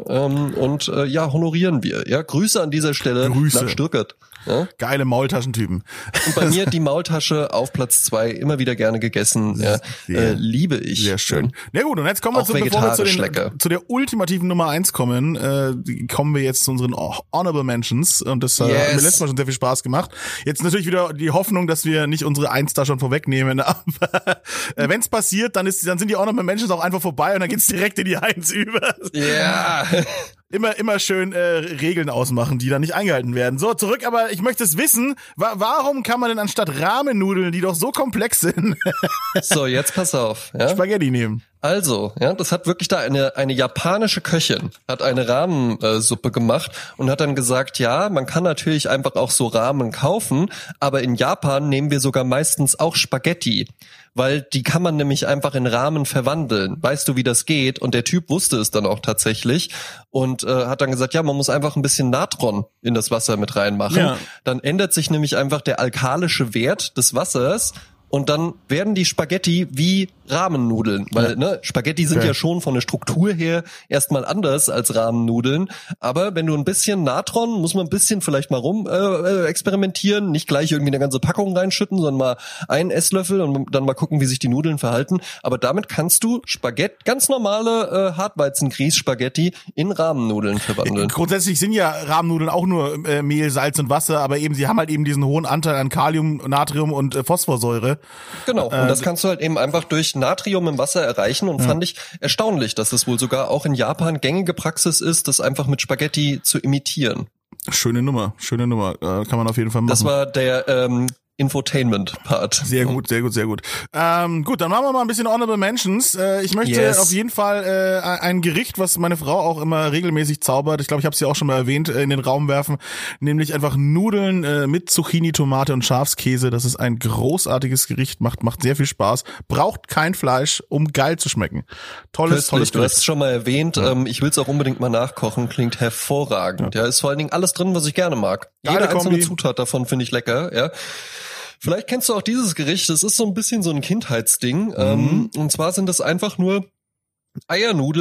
honorieren wir. Ja, Grüße an dieser Stelle nach Stuttgart. Ja? Geile Maultaschentypen. Und bei mir die Maultasche auf Platz 2 immer wieder gerne gegessen. Ja, liebe ich. Sehr schön. Na gut, und jetzt kommen wir bevor wir zu der ultimativen Nummer 1 kommen, kommen wir jetzt zu unseren Honorable Mentions. Und das hat mir letztes Mal schon sehr viel Spaß gemacht. Jetzt natürlich wieder die Hoffnung, dass wir nicht unsere 1 da schon vorwegnehmen. Aber wenn es passiert, dann sind die Honorable Mentions auch einfach vorbei und dann geht's direkt in die 1 über. Ja. Immer schön Regeln ausmachen, die dann nicht eingehalten werden. So, zurück, aber ich möchte es wissen, warum kann man denn anstatt Ramen-Nudeln, die doch so komplex sind, so, jetzt pass auf, ja? Spaghetti nehmen? Also, ja, das hat wirklich da eine japanische Köchin, hat eine Rahmensuppe gemacht und hat dann gesagt, ja, man kann natürlich einfach auch so Ramen kaufen, aber in Japan nehmen wir sogar meistens auch Spaghetti, weil die kann man nämlich einfach in Ramen verwandeln. Weißt du, wie das geht? Und der Typ wusste es dann auch tatsächlich und hat dann gesagt, ja, man muss einfach ein bisschen Natron in das Wasser mit reinmachen. Ja. Dann ändert sich nämlich einfach der alkalische Wert des Wassers und dann werden die Spaghetti wie Rahmennudeln, weil Spaghetti sind ja schon von der Struktur her erstmal anders als Rahmennudeln, aber wenn du ein bisschen Natron, muss man ein bisschen vielleicht mal experimentieren, nicht gleich irgendwie eine ganze Packung reinschütten, sondern mal einen Esslöffel und dann mal gucken, wie sich die Nudeln verhalten, aber damit kannst du Spaghetti, ganz normale Hartweizen-Grieß-Spaghetti in Rahmennudeln verwandeln. Grundsätzlich sind ja Rahmennudeln auch nur Mehl, Salz und Wasser, aber eben sie haben halt eben diesen hohen Anteil an Kalium, Natrium und Phosphorsäure. Genau, und das kannst du halt eben einfach durch Natrium im Wasser erreichen und fand ich erstaunlich, dass es wohl sogar auch in Japan gängige Praxis ist, das einfach mit Spaghetti zu imitieren. Schöne Nummer, kann man auf jeden Fall machen. Das war der Infotainment-Part. Sehr gut. Gut, dann machen wir mal ein bisschen Honorable Mentions. Ich möchte auf jeden Fall ein Gericht, was meine Frau auch immer regelmäßig zaubert, ich glaube, ich habe es ja auch schon mal erwähnt, in den Raum werfen, nämlich einfach Nudeln mit Zucchini, Tomate und Schafskäse. Das ist ein großartiges Gericht, macht sehr viel Spaß, braucht kein Fleisch, um geil zu schmecken. Tolles Gericht. Du hast es schon mal erwähnt, ich will es auch unbedingt mal nachkochen, klingt hervorragend. Ja, ist vor allen Dingen alles drin, was ich gerne mag. Jede einzelne Zutat davon finde ich lecker, ja. Vielleicht kennst du auch dieses Gericht, das ist so ein bisschen so ein Kindheitsding. Und zwar sind das einfach nur Eiernudeln,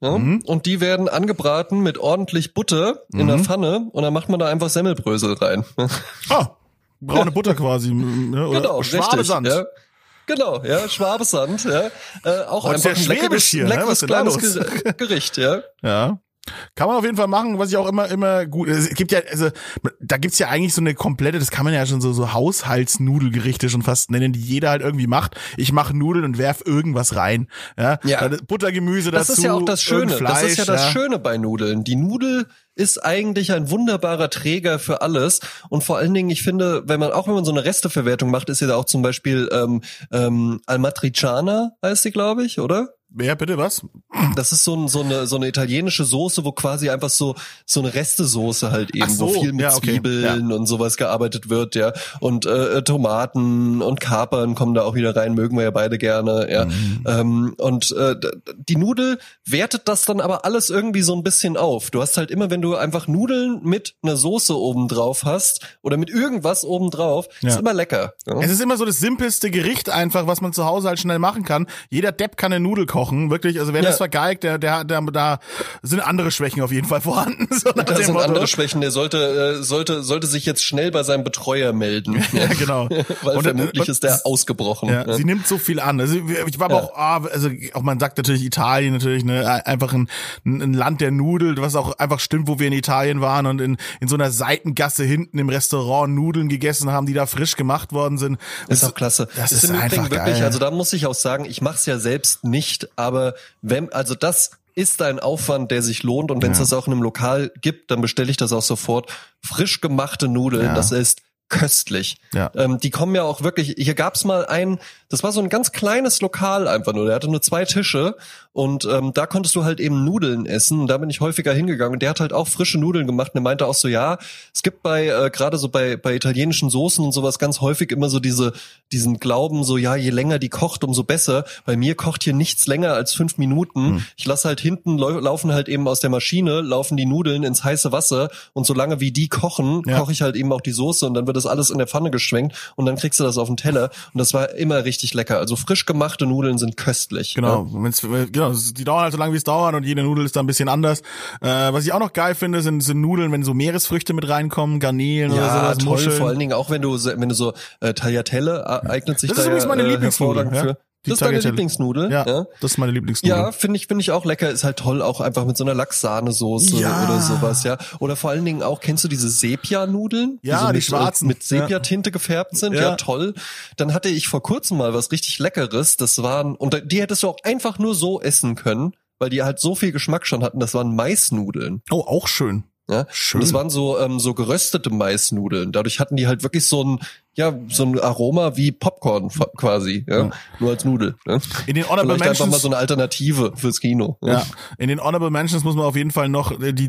Ja? Und die werden angebraten mit ordentlich Butter in der Pfanne und dann macht man da einfach Semmelbrösel rein. Braune Butter quasi. Ne? Oder Genau, Schwabesand. richtig, ja. Genau, ja, Schwabesand, ja. Auch einfach ein leckeres, hier, leckeres ne? kleines Gericht, ja. Ja. Kann man auf jeden Fall machen, was ich auch immer gut, es gibt ja, also, da gibt's ja eigentlich so eine komplette, das kann man ja schon so Haushaltsnudelgerichte schon fast nennen, die jeder halt irgendwie macht. Ich mache Nudeln und werf irgendwas rein, ja. Buttergemüse dazu. Das ist ja auch das Schöne, Fleisch, das ist ja das Schöne bei Nudeln. Die Nudel ist eigentlich ein wunderbarer Träger für alles und vor allen Dingen, ich finde, wenn man so eine Resteverwertung macht, ist ja da auch zum Beispiel Almatriciana heißt sie, glaube ich, oder? Wer, bitte, was? Das ist so eine italienische Soße, wo quasi einfach so eine Restesoße halt eben, so, wo viel mit Zwiebeln und sowas gearbeitet wird, ja. Und Tomaten und Kapern kommen da auch wieder rein, mögen wir ja beide gerne, ja. Die Nudel wertet das dann aber alles irgendwie so ein bisschen auf. Du hast halt immer, wenn du einfach Nudeln mit einer Soße oben drauf hast oder mit irgendwas oben drauf, ist immer lecker. Ja? Es ist immer so das simpelste Gericht einfach, was man zu Hause halt schnell machen kann. Jeder Depp kann eine Nudel kochen, wirklich. Also wer das vergeigt, da sind andere Schwächen auf jeden Fall vorhanden. So da sind andere Schwächen. Der sollte sich jetzt schnell bei seinem Betreuer melden. Ja, genau. Weil vermutlich ist der ausgebrochen. Ja, sie nimmt so viel an. Also ich war aber auch man sagt natürlich Italien natürlich, ne, einfach ein Land der Nudel, was auch einfach stimmt, wo wir in Italien waren und in so einer Seitengasse hinten im Restaurant Nudeln gegessen haben, die da frisch gemacht worden sind. Ist auch klasse. Das ist im Übrigen wirklich, geil. also da muss ich auch sagen, ich mache es ja selbst nicht, aber das ist ein Aufwand, der sich lohnt und wenn es das auch in einem Lokal gibt, dann bestelle ich das auch sofort. Frisch gemachte Nudeln, das ist köstlich. Ja. Die kommen ja auch wirklich, hier gab's mal das war so ein ganz kleines Lokal einfach nur, der hatte nur 2 Tische und da konntest du halt eben Nudeln essen und da bin ich häufiger hingegangen und der hat halt auch frische Nudeln gemacht und der meinte auch so, ja, es gibt gerade so bei italienischen Soßen und sowas ganz häufig immer so diesen Glauben so, ja, je länger die kocht, umso besser. Bei mir kocht hier nichts länger als 5 Minuten. Ich lasse halt hinten, laufen halt eben aus der Maschine, laufen die Nudeln ins heiße Wasser und solange wie die kochen, koche ich halt eben auch die Soße und dann wird das alles in der Pfanne geschwenkt und dann kriegst du das auf den Teller und das war immer richtig lecker. Also frisch gemachte Nudeln sind köstlich. Genau, die dauern halt so lange, wie es dauern und jede Nudel ist da ein bisschen anders. Was ich auch noch geil finde, sind Nudeln, wenn so Meeresfrüchte mit reinkommen, Garnelen oder sowas. Toll, Muscheln. Vor allen Dingen auch, wenn du so Tagliatelle eignet sich das ist übrigens meine Lieblingsnudel für. Das ist deine Lieblingsnudel? Ja, das ist meine Lieblingsnudel. Ja, finde ich auch lecker. Ist halt toll, auch einfach mit so einer Lachs-Sahnesoße oder sowas, ja. Oder vor allen Dingen auch, kennst du diese Sepia-Nudeln? Ja, die schwarzen. Mit Sepia-Tinte gefärbt sind? Ja, toll. Dann hatte ich vor kurzem mal was richtig Leckeres. Und die hättest du auch einfach nur so essen können, weil die halt so viel Geschmack schon hatten. Das waren Maisnudeln. Oh, auch schön. Ja, schön. Und das waren so geröstete Maisnudeln. Dadurch hatten die halt wirklich so ein Aroma wie Popcorn quasi, nur als Nudel. Ne? In den Honorable Vielleicht einfach Mentions mal so eine Alternative fürs Kino. Ja, in den Honorable Mentions muss man auf jeden Fall noch die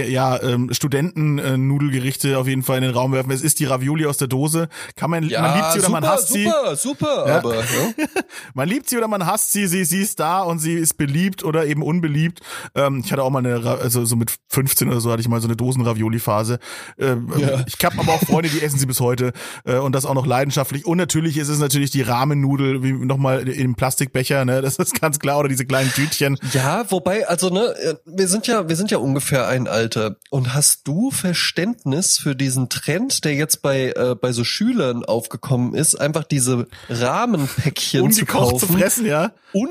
2 Studenten-Nudelgerichte auf jeden Fall in den Raum werfen. Es ist die Ravioli aus der Dose. Man liebt sie oder man hasst sie. Super, ja. aber man liebt sie oder man hasst sie. Sie ist da und sie ist beliebt oder eben unbeliebt. Ich hatte auch mal so mit 15 oder so hatte ich mal so eine Dosen-Ravioli-Phase. Ich habe aber auch Freunde, die essen sie bis heute. Und das auch noch leidenschaftlich. Und natürlich ist es natürlich die Rahmennudel, wie nochmal im Plastikbecher, ne, das ist ganz klar, oder diese kleinen Tütchen. Ja, wobei, also, ne, wir sind ja ungefähr ein Alter. Und hast du Verständnis für diesen Trend, der jetzt bei so Schülern aufgekommen ist, einfach diese Rahmenpäckchen zu kaufen? zu fressen, ja.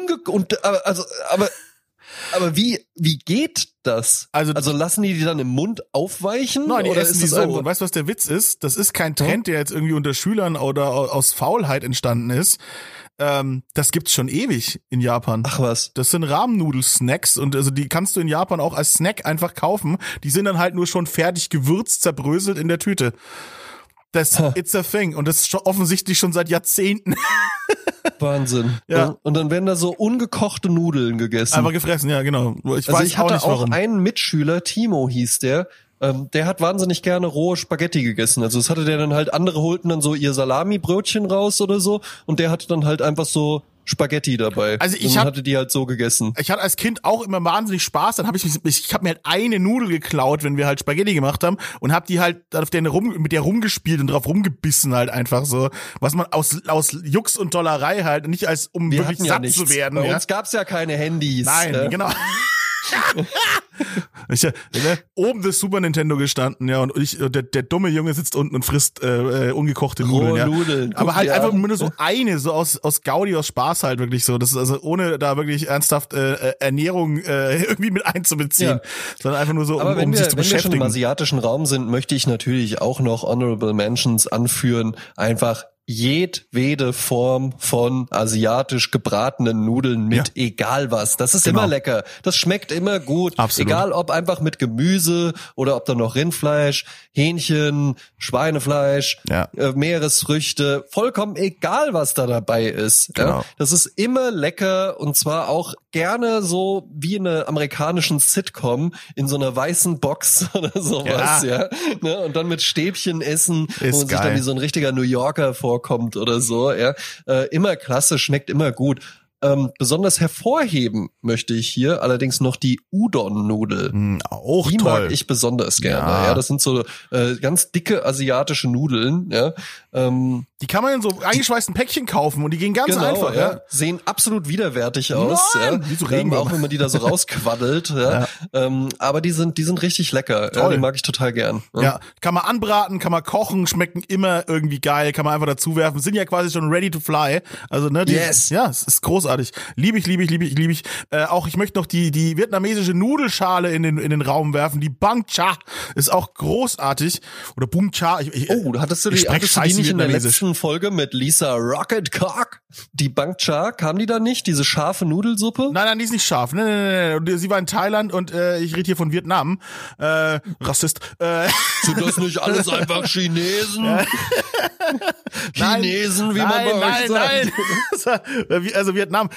Aber wie geht das? Also lassen die dann im Mund aufweichen? Nein, die oder essen ist die das so. einfach? Und weißt du, was der Witz ist? Das ist kein Trend, der jetzt irgendwie unter Schülern oder aus Faulheit entstanden ist. Das gibt's schon ewig in Japan. Ach was. Das sind Rahmennudel-Snacks und also die kannst du in Japan auch als Snack einfach kaufen. Die sind dann halt nur schon fertig gewürzt, zerbröselt in der Tüte. It's a thing. Und das ist offensichtlich schon seit Jahrzehnten. Wahnsinn. Ja. Und dann werden da so ungekochte Nudeln gegessen. Einfach gefressen, ja, genau. Ich hatte auch warum. einen Mitschüler, Timo hieß der hat wahnsinnig gerne rohe Spaghetti gegessen. Also das hatte der dann halt, andere holten dann so ihr Salami-Brötchen raus oder so und der hatte dann halt einfach so Spaghetti dabei. Also hatte die halt so gegessen. Ich hatte als Kind auch immer wahnsinnig Spaß. Dann habe ich habe mir halt eine Nudel geklaut, wenn wir halt Spaghetti gemacht haben und habe die halt mit der rumgespielt und drauf rumgebissen halt einfach so, was man aus Jux und Dollerei halt, nicht als um Wir wirklich hatten satt ja zu werden. Bei uns gab's ja keine Handys. Nein, genau. Oben das Super Nintendo gestanden, ja, und der dumme Junge sitzt unten und frisst ungekochte Nudeln, ja. Nudeln. Aber halt einfach nur so eine, so aus Gaudi, aus Spaß halt wirklich so. Das ist also ohne da wirklich ernsthaft Ernährung irgendwie mit einzubeziehen, sondern einfach nur so, um sich zu beschäftigen. Wenn wir schon im asiatischen Raum sind, möchte ich natürlich auch noch Honorable Mentions anführen. Einfach jedwede Form von asiatisch gebratenen Nudeln mit egal was. Das ist immer lecker. Das schmeckt immer gut. Absolut. Egal ob einfach mit Gemüse oder ob da noch Rindfleisch, Hähnchen, Schweinefleisch, Meeresfrüchte, vollkommen egal was da dabei ist. Genau. Ja? Das ist immer lecker und zwar auch gerne so wie in einer amerikanischen Sitcom in so einer weißen Box oder sowas, ja. Ne? Und dann mit Stäbchen essen, wo man sich dann wie so ein richtiger New Yorker vorkommt oder so, ja. Immer klasse, schmeckt immer gut. Besonders hervorheben möchte ich hier allerdings noch die Udon-Nudel. Auch die toll. mag ich besonders gerne. Ja, das sind so ganz dicke asiatische Nudeln. Ja, die kann man in so eingeschweißten Päckchen kaufen und die gehen ganz einfach. Ja. Sehen absolut widerwärtig aus. Nein, ja. wie so Regenwürmer. Auch wenn man die da so rausquaddelt. Ja. Aber die sind richtig lecker. Ja, die mag ich total gern. Ja, kann man anbraten, kann man kochen, schmecken immer irgendwie geil, kann man einfach dazu werfen. Sind ja quasi schon ready to fly. Also ne, ja, es ist großartig. Liebe ich. Auch ich möchte noch die vietnamesische Nudelschale in den Raum werfen. Die Bang Cha ist auch großartig. Oder Bung Cha. Hattest du die nicht in der letzten Folge mit Lisa Rocket Cock? Die Bang Cha, kam die da nicht? Diese scharfe Nudelsuppe? Nein, die ist nicht scharf. Nein. Sie war in Thailand und ich rede hier von Vietnam. Rassist. Sind das nicht alles einfach Chinesen? Chinesen, wie man bei euch sagt. Nein. Also Vietnam,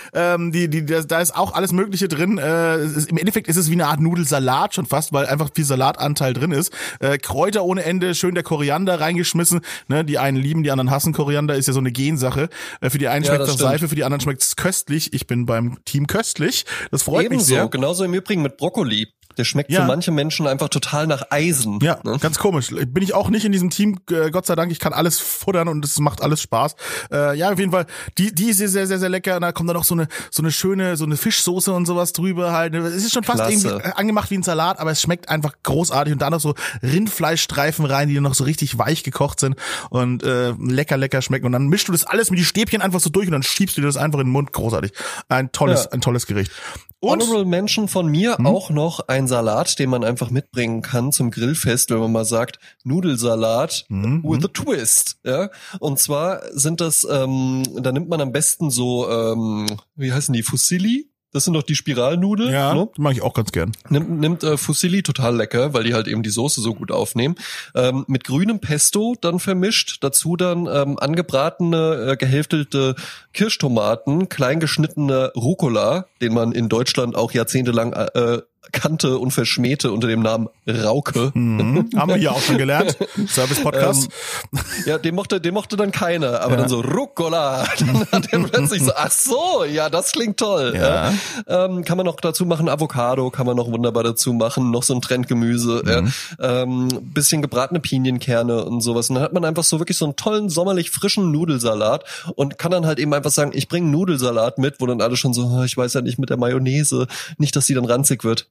da ist auch alles Mögliche drin. Im Endeffekt ist es wie eine Art Nudelsalat schon fast, weil einfach viel Salatanteil drin ist. Kräuter ohne Ende, schön der Koriander reingeschmissen. Ne, die einen lieben, die anderen hassen Koriander, ist ja so eine Gensache. Für die einen schmeckt es nach Seife, für die anderen schmeckt es köstlich. Ich bin beim Team köstlich. Das freut mich sehr. Genauso im Übrigen mit Brokkoli. Der schmeckt für manche Menschen einfach total nach Eisen. Ja, ne? Ganz komisch. Bin ich auch nicht in diesem Team, Gott sei Dank. Ich kann alles futtern und es macht alles Spaß. Ja, auf jeden Fall, die ist sehr, sehr, sehr lecker. Und da kommt dann noch so eine schöne, so eine Fischsoße und sowas drüber halt. Es ist schon fast irgendwie angemacht wie ein Salat, aber es schmeckt einfach großartig. Und da noch so Rindfleischstreifen rein, die dann noch so richtig weich gekocht sind und lecker schmecken. Und dann mischst du das alles mit die Stäbchen einfach so durch und dann schiebst du dir das einfach in den Mund. Großartig. Ein tolles Gericht. Und Honorable Mention von mir auch noch ein Salat, den man einfach mitbringen kann zum Grillfest, wenn man mal sagt, Nudelsalat with a twist. Ja? Und zwar sind das, da nimmt man am besten so, wie heißen die, Fusilli? Das sind doch die Spiralnudeln. Ja, ne? Mag ich auch ganz gern. Nimmt Fusilli, total lecker, weil die halt eben die Soße so gut aufnehmen. Mit grünem Pesto dann vermischt, dazu dann angebratene, gehälftelte Kirschtomaten, kleingeschnittene Rucola, den man in Deutschland auch jahrzehntelang kannte und verschmähte unter dem Namen Rauke. Haben wir hier auch schon gelernt. Service-Podcast. Den mochte dann keiner, aber dann so Rucola. Dann hat er plötzlich so, ach so, ja, das klingt toll. Ja. Kann man noch dazu machen, Avocado kann man noch wunderbar dazu machen, noch so ein Trendgemüse, bisschen gebratene Pinienkerne und sowas. Und dann hat man einfach so wirklich so einen tollen, sommerlich frischen Nudelsalat und kann dann halt eben einfach sagen, ich bringe einen Nudelsalat mit, wo dann alle schon so, ich weiß ja nicht mit der Mayonnaise, nicht, dass die dann ranzig wird.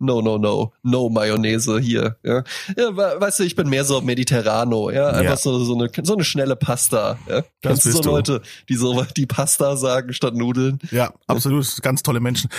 No Mayonnaise hier. Ja, weißt du, ich bin mehr so Mediterrano, ja, einfach so eine schnelle Pasta. Ja? Das bist so Leute, die Pasta sagen statt Nudeln. Ja, absolut, ganz tolle Menschen.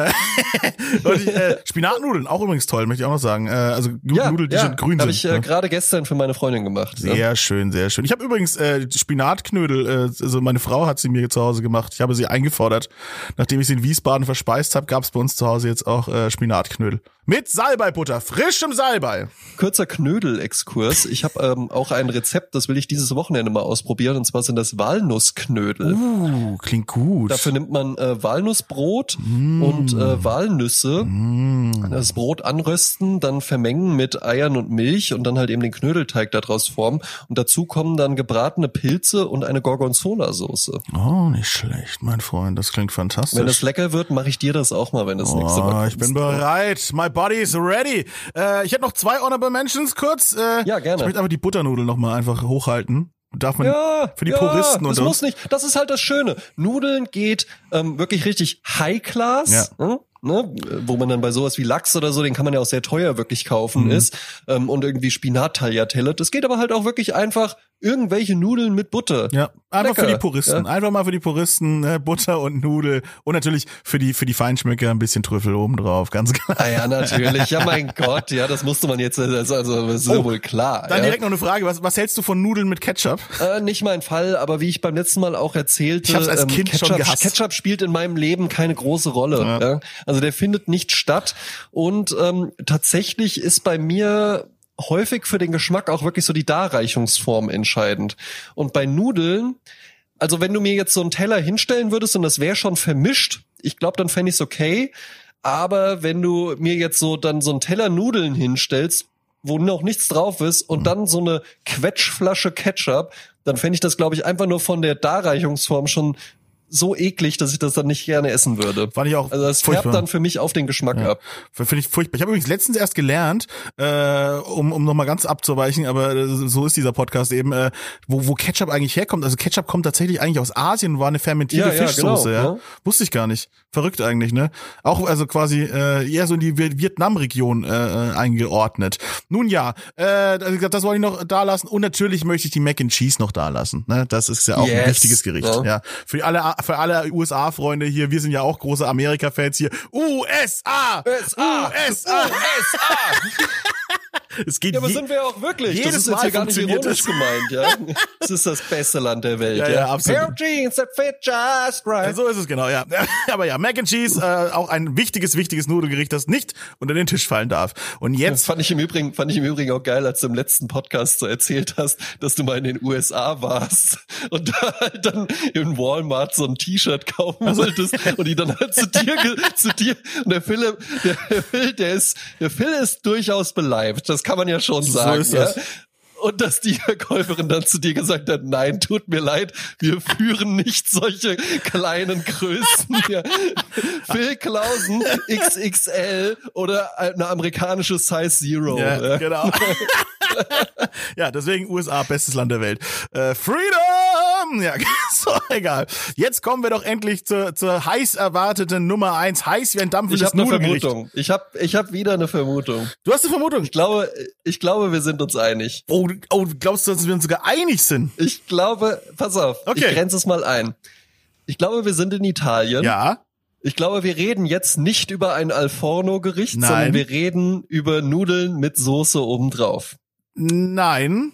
Spinatnudeln, auch übrigens toll, möchte ich auch noch sagen. Also Nudeln, die schon grün sind. Habe ich gerade gestern für meine Freundin gemacht. Sehr schön, sehr schön. Ich habe übrigens Spinatknödel, also meine Frau hat sie mir zu Hause gemacht. Ich habe sie eingefordert. Nachdem ich sie in Wiesbaden verspeist habe, gab es bei uns zu Hause jetzt auch Spinatknödel. Mit Salbeibutter, frischem Salbei. Kurzer Knödel-Exkurs. Ich habe auch ein Rezept, das will ich dieses Wochenende mal ausprobieren, und zwar sind das Walnussknödel. Klingt gut. Dafür nimmt man Walnussbrot und Walnüsse. Das Brot anrösten, dann vermengen mit Eiern und Milch und dann halt eben den Knödelteig daraus formen. Und dazu kommen dann gebratene Pilze und eine Gorgonzola-Soße. Oh, nicht schlecht, mein Freund. Das klingt fantastisch. Wenn das lecker wird, mache ich dir das auch mal, wenn das nächste Mal kommt. Ich bin bereit. My body is ready. Ich hätte noch 2 Honorable Mentions kurz. Ja, gerne. Ich möchte aber die Butternudeln noch mal einfach hochhalten. Darf man für die Puristen das muss nicht. Das ist halt das Schöne. Nudeln geht wirklich richtig High Class. ne, wo man dann bei sowas wie Lachs oder so, den kann man ja auch sehr teuer wirklich kaufen, ist, und irgendwie Spinat-Tagliatelle. Das geht aber halt auch wirklich einfach irgendwelche Nudeln mit Butter. Ja, einfach Lecker. für die Puristen. Ja. Einfach mal für die Puristen, ne? Butter und Nudel und natürlich für die Feinschmecker ein bisschen Trüffel obendrauf, ganz klar. Ah ja, natürlich. Ja, mein Gott, ja, das musste man jetzt, also das ist ja wohl klar. Dann ja. direkt noch eine Frage, was hältst du von Nudeln mit Ketchup? Nicht mein Fall, aber wie ich beim letzten Mal auch erzählte, Ich hab's als Kind Ketchup, schon gehasst. Ketchup spielt in meinem Leben keine große Rolle. Ja. Ja. Also der findet nicht statt und tatsächlich ist bei mir häufig für den Geschmack auch wirklich so die Darreichungsform entscheidend. Und bei Nudeln, also wenn du mir jetzt so einen Teller hinstellen würdest und das wäre schon vermischt, ich glaube, dann fände ich es okay. Aber wenn du mir jetzt so dann so einen Teller Nudeln hinstellst, wo noch nichts drauf ist und dann so eine Quetschflasche Ketchup, dann fände ich das, glaube ich, einfach nur von der Darreichungsform schon so eklig, dass ich das dann nicht gerne essen würde. Fand ich auch also das furchtbar. färbt dann für mich auf den Geschmack ab. Finde ich furchtbar. Ich habe übrigens letztens erst gelernt, um noch mal ganz abzuweichen, aber so ist dieser Podcast eben, wo Ketchup eigentlich herkommt. Also Ketchup kommt tatsächlich eigentlich aus Asien, war eine fermentierte Fischsoße. Genau, ja. Wusste ich gar nicht. Verrückt eigentlich, ne? Auch also quasi eher so in die Vietnam-Region eingeordnet. Nun ja, das wollte ich noch da lassen und natürlich möchte ich die Mac and Cheese noch da lassen. Ne? Das ist ja auch ein wichtiges Gericht. Ja. Für alle USA-Freunde hier, wir sind ja auch große Amerika-Fans hier. USA! Es geht ja, aber sind wir auch wirklich. Jedes das ist Mal jetzt hier gar nicht funktioniert ironisch gemeint, ja. Es ist das beste Land der Welt, ja. Absolut. Pair of jeans that fit just right. So ist es genau, ja. Aber ja, Mac and Cheese, auch ein wichtiges Nudelgericht, das nicht unter den Tisch fallen darf. Und jetzt fand ich im Übrigen auch geil, als du im letzten Podcast so erzählt hast, dass du mal in den USA warst und da halt dann in Walmart so ein T-Shirt kaufen wolltest und die dann halt zu dir und der Phil ist durchaus beleibt. Das kann man ja schon sagen. So ist das. Ja? Und dass die Verkäuferin dann zu dir gesagt hat, nein, tut mir leid, wir führen nicht solche kleinen Größen hier. Phil Clausen XXL oder eine amerikanische Size Zero. Ja, genau. Ja, deswegen USA, bestes Land der Welt. Freedom! Ja, so, egal. Jetzt kommen wir doch endlich zur heiß erwarteten Nummer 1. Heiß wie ein dampfendes Nudelgericht. Ich hab wieder eine Vermutung. Du hast eine Vermutung? Ich glaube, wir sind uns einig. Oh, glaubst du, dass wir uns sogar einig sind? Ich glaube, pass auf, okay. Ich grenze es mal ein. Ich glaube, wir sind in Italien. Ja. Ich glaube, wir reden jetzt nicht über ein Al-Forno-Gericht, sondern wir reden über Nudeln mit Soße obendrauf. Nein.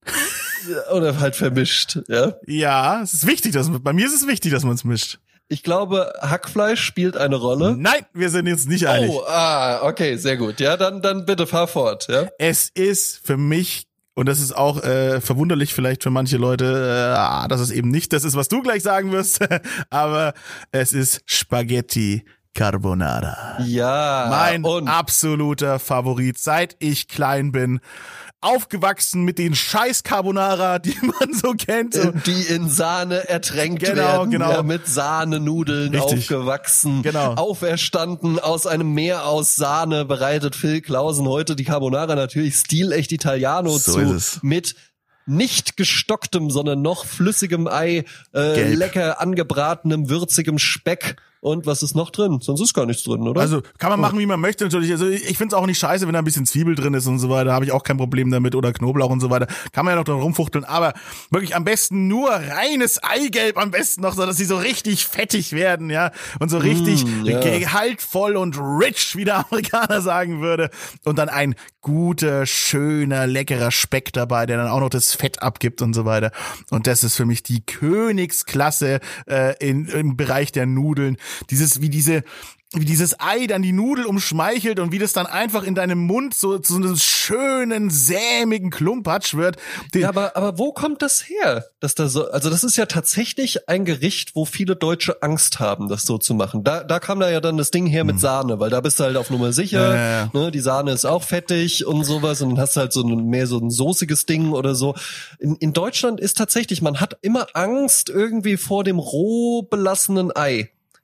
Oder halt vermischt, ja? Ja, es ist wichtig, bei mir ist es wichtig, dass man es mischt. Ich glaube, Hackfleisch spielt eine Rolle. Nein, wir sind jetzt nicht einig. Okay, sehr gut. Ja, dann bitte fahr fort, ja? Es ist für mich, und das ist auch verwunderlich vielleicht für manche Leute, dass es eben nicht das ist, was du gleich sagen wirst, aber es ist Spaghetti Carbonara. Ja. Mein absoluter Favorit, seit ich klein bin. Aufgewachsen mit den scheiß Carbonara, die man so kennt. So. Die in Sahne ertränkt werden. Genau. Ja, mit Sahnenudeln aufgewachsen. Genau. Auferstanden aus einem Meer aus Sahne bereitet Phil Clausen heute die Carbonara natürlich stilecht Italiano so zu. Ist es. Mit nicht gestocktem, sondern noch flüssigem Ei, lecker angebratenem, würzigem Speck. Und was ist noch drin? Sonst ist gar nichts drin, oder? Also kann man machen, wie man möchte natürlich. Also ich find's auch nicht scheiße, wenn da ein bisschen Zwiebel drin ist und so weiter. Habe ich auch kein Problem damit. Oder Knoblauch und so weiter. Kann man ja noch dran rumfuchteln. Aber wirklich am besten nur reines Eigelb. Am besten noch so, dass sie so richtig fettig werden, ja. Und so richtig gehaltvoll und rich, wie der Amerikaner sagen würde. Und dann ein guter, schöner, leckerer Speck dabei, der dann auch noch das Fett abgibt und so weiter. Und das ist für mich die Königsklasse im Bereich der Nudeln. Wie dieses Ei dann die Nudel umschmeichelt und wie das dann einfach in deinem Mund so zu einem schönen, sämigen Klumpatsch wird. Ja, aber wo kommt das her? Dass da so, also das ist ja tatsächlich ein Gericht, wo viele Deutsche Angst haben, das so zu machen. Da kam da ja dann das Ding her mit Sahne, weil da bist du halt auf Nummer sicher. Ja. Ne, die Sahne ist auch fettig und sowas und dann hast du halt mehr so ein soßiges Ding oder so. In Deutschland ist tatsächlich, man hat immer Angst irgendwie vor dem roh belassenen Ei.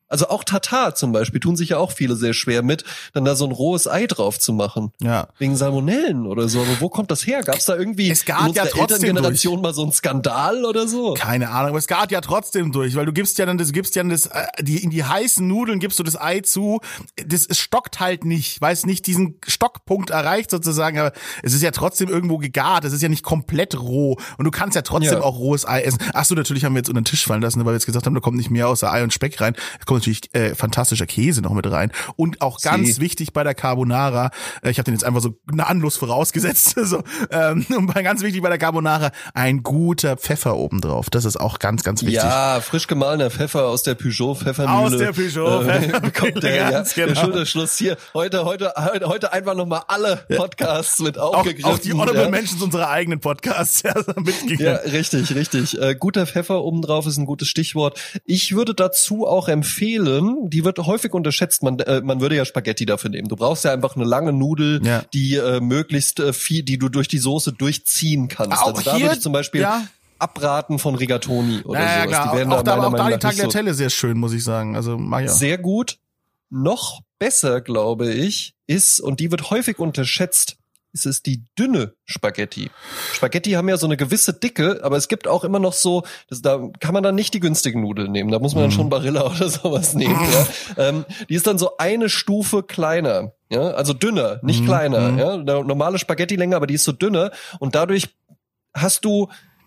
Also auch Tatar zum Beispiel tun sich ja auch viele sehr schwer mit, dann da so ein rohes Ei drauf zu machen. Ja. Wegen Salmonellen oder so. Aber wo kommt das her? Gab's da irgendwie Es gart in ja unserer trotzdem Elterngeneration mal so einen Skandal oder so? Keine Ahnung, aber es gart ja trotzdem durch, weil du gibst ja dann in die heißen Nudeln gibst du das Ei zu, es stockt halt nicht, weil es nicht diesen Stockpunkt erreicht sozusagen, aber es ist ja trotzdem irgendwo gegart, es ist ja nicht komplett roh und du kannst ja trotzdem auch rohes Ei essen. Ach so, natürlich haben wir jetzt unter den Tisch fallen lassen, weil wir jetzt gesagt haben, da kommt nicht mehr außer Ei und Speck rein. Da kommt natürlich fantastischer Käse noch mit rein. Und auch ganz wichtig bei der Carbonara, ich habe den jetzt einfach so gnadenlos vorausgesetzt, so, und ganz wichtig bei der Carbonara, ein guter Pfeffer obendrauf. Das ist auch ganz, ganz wichtig. Ja, frisch gemahlener Pfeffer aus der Peugeot-Pfeffermühle. Aus der Peugeot-Pfeffermühle, bekommt der Schulterschluss hier. Heute einfach nochmal alle Podcasts mit aufgegriffen. Auch die Honorable Mentions unserer eigenen Podcasts mitgegangen. Ja, richtig. Guter Pfeffer obendrauf ist ein gutes Stichwort. Ich würde dazu auch empfehlen, die wird häufig unterschätzt, man würde ja Spaghetti dafür nehmen. Du brauchst ja einfach eine lange Nudel, die möglichst viel, die du durch die Soße durchziehen kannst. Auch also da würde ich zum Beispiel abraten von Rigatoni oder sowas. Klar. Die werden auch da da die nicht Tagliatelle sehr schön, muss ich sagen. Also mag ich auch. Sehr gut. Noch besser, glaube ich, ist, und die wird häufig unterschätzt, ist es die dünne Spaghetti. Spaghetti haben ja so eine gewisse Dicke, aber es gibt auch immer noch so, da kann man dann nicht die günstigen Nudeln nehmen, da muss man dann schon Barilla oder sowas nehmen. Ja. Die ist dann so eine Stufe kleiner, ja, also dünner, nicht kleiner. Ja. Eine normale Spaghetti-Länge, aber die ist so dünner und dadurch hast du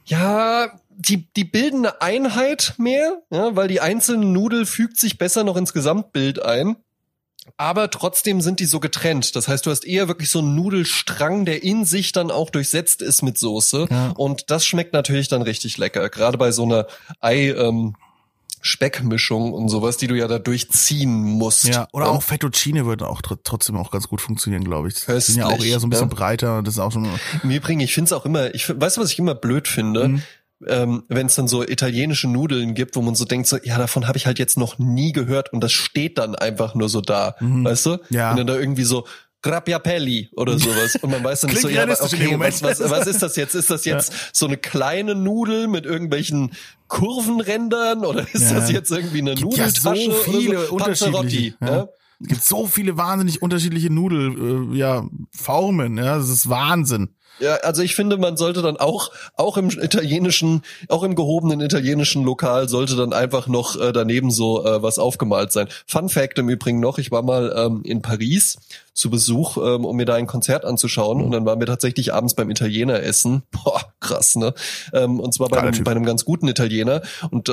die bilden eine Einheit mehr, ja, weil die einzelne Nudel fügt sich besser noch ins Gesamtbild ein. Aber trotzdem sind die so getrennt. Das heißt, du hast eher wirklich so einen Nudelstrang, der in sich dann auch durchsetzt ist mit Soße. Ja. Und das schmeckt natürlich dann richtig lecker. Gerade bei so einer Speckmischung und sowas, die du ja da durchziehen musst. Ja, oder auch Fettuccine würde auch trotzdem auch ganz gut funktionieren, glaube ich. Die sind ja auch eher so ein bisschen breiter. Das ist auch schon. Im Übrigen, ich finde es auch immer, weißt du, was ich immer blöd finde? Wenn es dann so italienische Nudeln gibt, wo man so denkt, so, ja, davon habe ich halt jetzt noch nie gehört und das steht dann einfach nur so da, weißt du? Ja. Und dann da irgendwie so Grappiapelli oder sowas und man weiß dann nicht so, ja, okay, was ist das jetzt? Ist das jetzt so eine kleine Nudel mit irgendwelchen Kurvenrändern oder ist das jetzt irgendwie eine Nudeltasche? Ja, so viele oder so? unterschiedliche. Ja. Es gibt so viele wahnsinnig unterschiedliche Formen, ja, das ist Wahnsinn. Ja, also ich finde, man sollte dann auch im gehobenen italienischen Lokal sollte dann einfach noch daneben so was aufgemalt sein. Fun Fact im Übrigen noch, ich war mal in Paris zu Besuch, um mir da ein Konzert anzuschauen und dann waren wir tatsächlich abends beim Italiener essen. Boah, krass, ne? Und zwar bei einem ganz guten Italiener und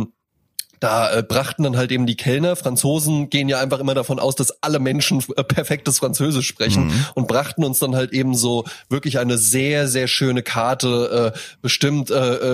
da brachten dann halt eben die Kellner, Franzosen gehen ja einfach immer davon aus, dass alle Menschen perfektes Französisch sprechen und brachten uns dann halt eben so wirklich eine sehr, sehr schöne Karte, bestimmt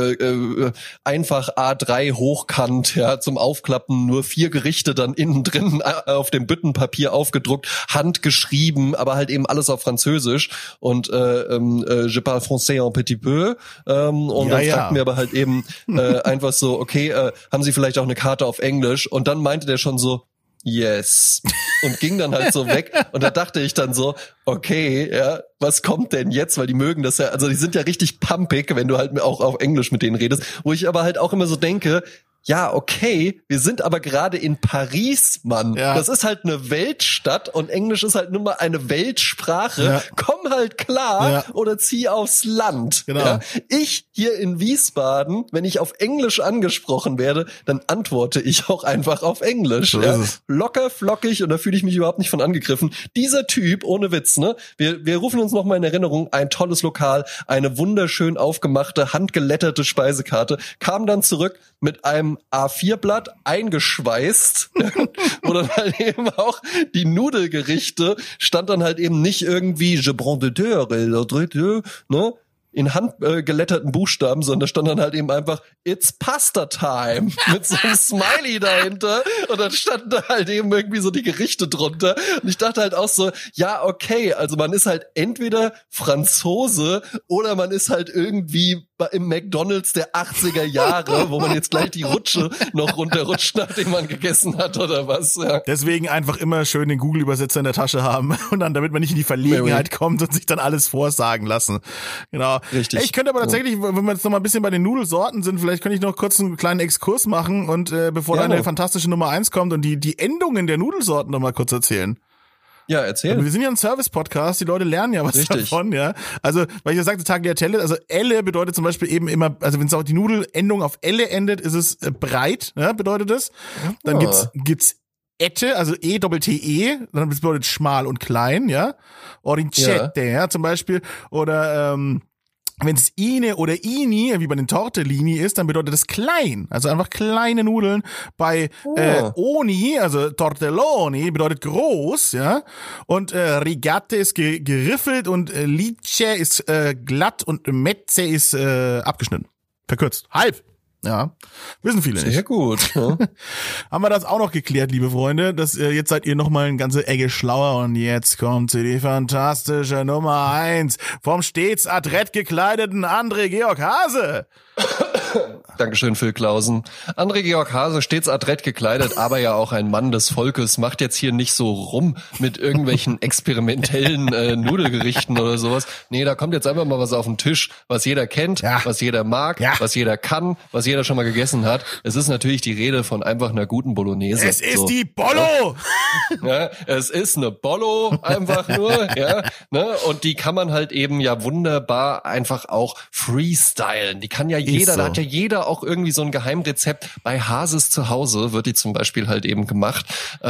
einfach A3 hochkant, ja, zum Aufklappen, nur 4 Gerichte dann innen drin auf dem Büttenpapier aufgedruckt, handgeschrieben, aber halt eben alles auf Französisch und je parle français un petit peu und dann fragten wir aber halt eben einfach so, okay, haben Sie vielleicht auch eine Karte auf Englisch und dann meinte der schon so, yes. Und ging dann halt so weg und da dachte ich dann so, okay, ja, was kommt denn jetzt? Weil die mögen das ja, also die sind ja richtig pumpig, wenn du halt auch auf Englisch mit denen redest, wo ich aber halt auch immer so denke, ja, okay, wir sind aber gerade in Paris, Mann. Ja. Das ist halt eine Weltstadt und Englisch ist halt nun mal eine Weltsprache. Ja. Komm halt klar oder zieh aufs Land. Genau. Ja. Ich hier in Wiesbaden, wenn ich auf Englisch angesprochen werde, dann antworte ich auch einfach auf Englisch. So ja. Locker, flockig und da fühle ich mich überhaupt nicht von angegriffen. Dieser Typ, ohne Witz, ne? Wir rufen uns noch mal in Erinnerung, ein tolles Lokal, eine wunderschön aufgemachte, handgeletterte Speisekarte, kam dann zurück mit einem A4-Blatt eingeschweißt, wo dann halt eben auch die Nudelgerichte stand dann halt eben nicht irgendwie je prends de deux, ne? In handgeletterten Buchstaben, sondern da stand dann halt eben einfach It's Pasta Time mit so einem Smiley dahinter und dann standen da halt eben irgendwie so die Gerichte drunter und ich dachte halt auch so, ja okay, also man ist halt entweder Franzose oder man ist halt irgendwie im McDonald's der 80er Jahre, wo man jetzt gleich die Rutsche noch runterrutscht, nachdem man gegessen hat oder was. Ja. Deswegen einfach immer schön den Google-Übersetzer in der Tasche haben und dann, damit man nicht in die Verlegenheit kommt und sich dann alles vorsagen lassen. Genau. Richtig. Ich könnte aber tatsächlich, wenn wir jetzt noch mal ein bisschen bei den Nudelsorten sind, vielleicht könnte ich noch kurz einen kleinen Exkurs machen und bevor deine fantastische Nummer 1 kommt und die Endungen der Nudelsorten noch mal kurz erzählen. Ja, erzähl. Wir sind ja ein Service-Podcast, die Leute lernen ja was davon, ja. Also, weil ich ja sagte, Tagliatelle, also Elle bedeutet zum Beispiel eben immer, also wenn es auch die Nudelendung auf Elle endet, ist es breit, ja, bedeutet es. Dann gibt's Ette, also E-Doppel-T-E, dann bedeutet schmal und klein, ja. Orincette, ja, zum Beispiel. Oder, wenn es Ine oder Ini, wie bei den Tortellini ist, dann bedeutet es klein. Also einfach kleine Nudeln. Bei Oni, also Tortelloni, bedeutet groß, ja. Und Rigate ist geriffelt und Lice ist glatt und Mezze ist abgeschnitten. Verkürzt. Halb. Ja, wissen viele nicht. Sehr gut. Ja. Haben wir das auch noch geklärt, liebe Freunde? Jetzt seid ihr noch mal eine ganze Ecke schlauer und jetzt kommt die fantastische Nummer 1 vom stets adrett gekleideten André Georg Hase. Dankeschön, Phil Clausen. André Georg Hase, stets adrett gekleidet, aber ja auch ein Mann des Volkes, macht jetzt hier nicht so rum mit irgendwelchen experimentellen Nudelgerichten oder sowas. Nee, da kommt jetzt einfach mal was auf den Tisch, was jeder kennt, was jeder mag, was jeder kann, was jeder schon mal gegessen hat. Es ist natürlich die Rede von einfach einer guten Bolognese. Es ist die Bollo! Ja, es ist eine Bollo, einfach nur, ja, ne? Und die kann man halt eben ja wunderbar einfach auch freestylen. Die kann ja jeder, so. Da hat ja jeder auch irgendwie so ein Geheimrezept. Bei Hases zu Hause wird die zum Beispiel halt eben gemacht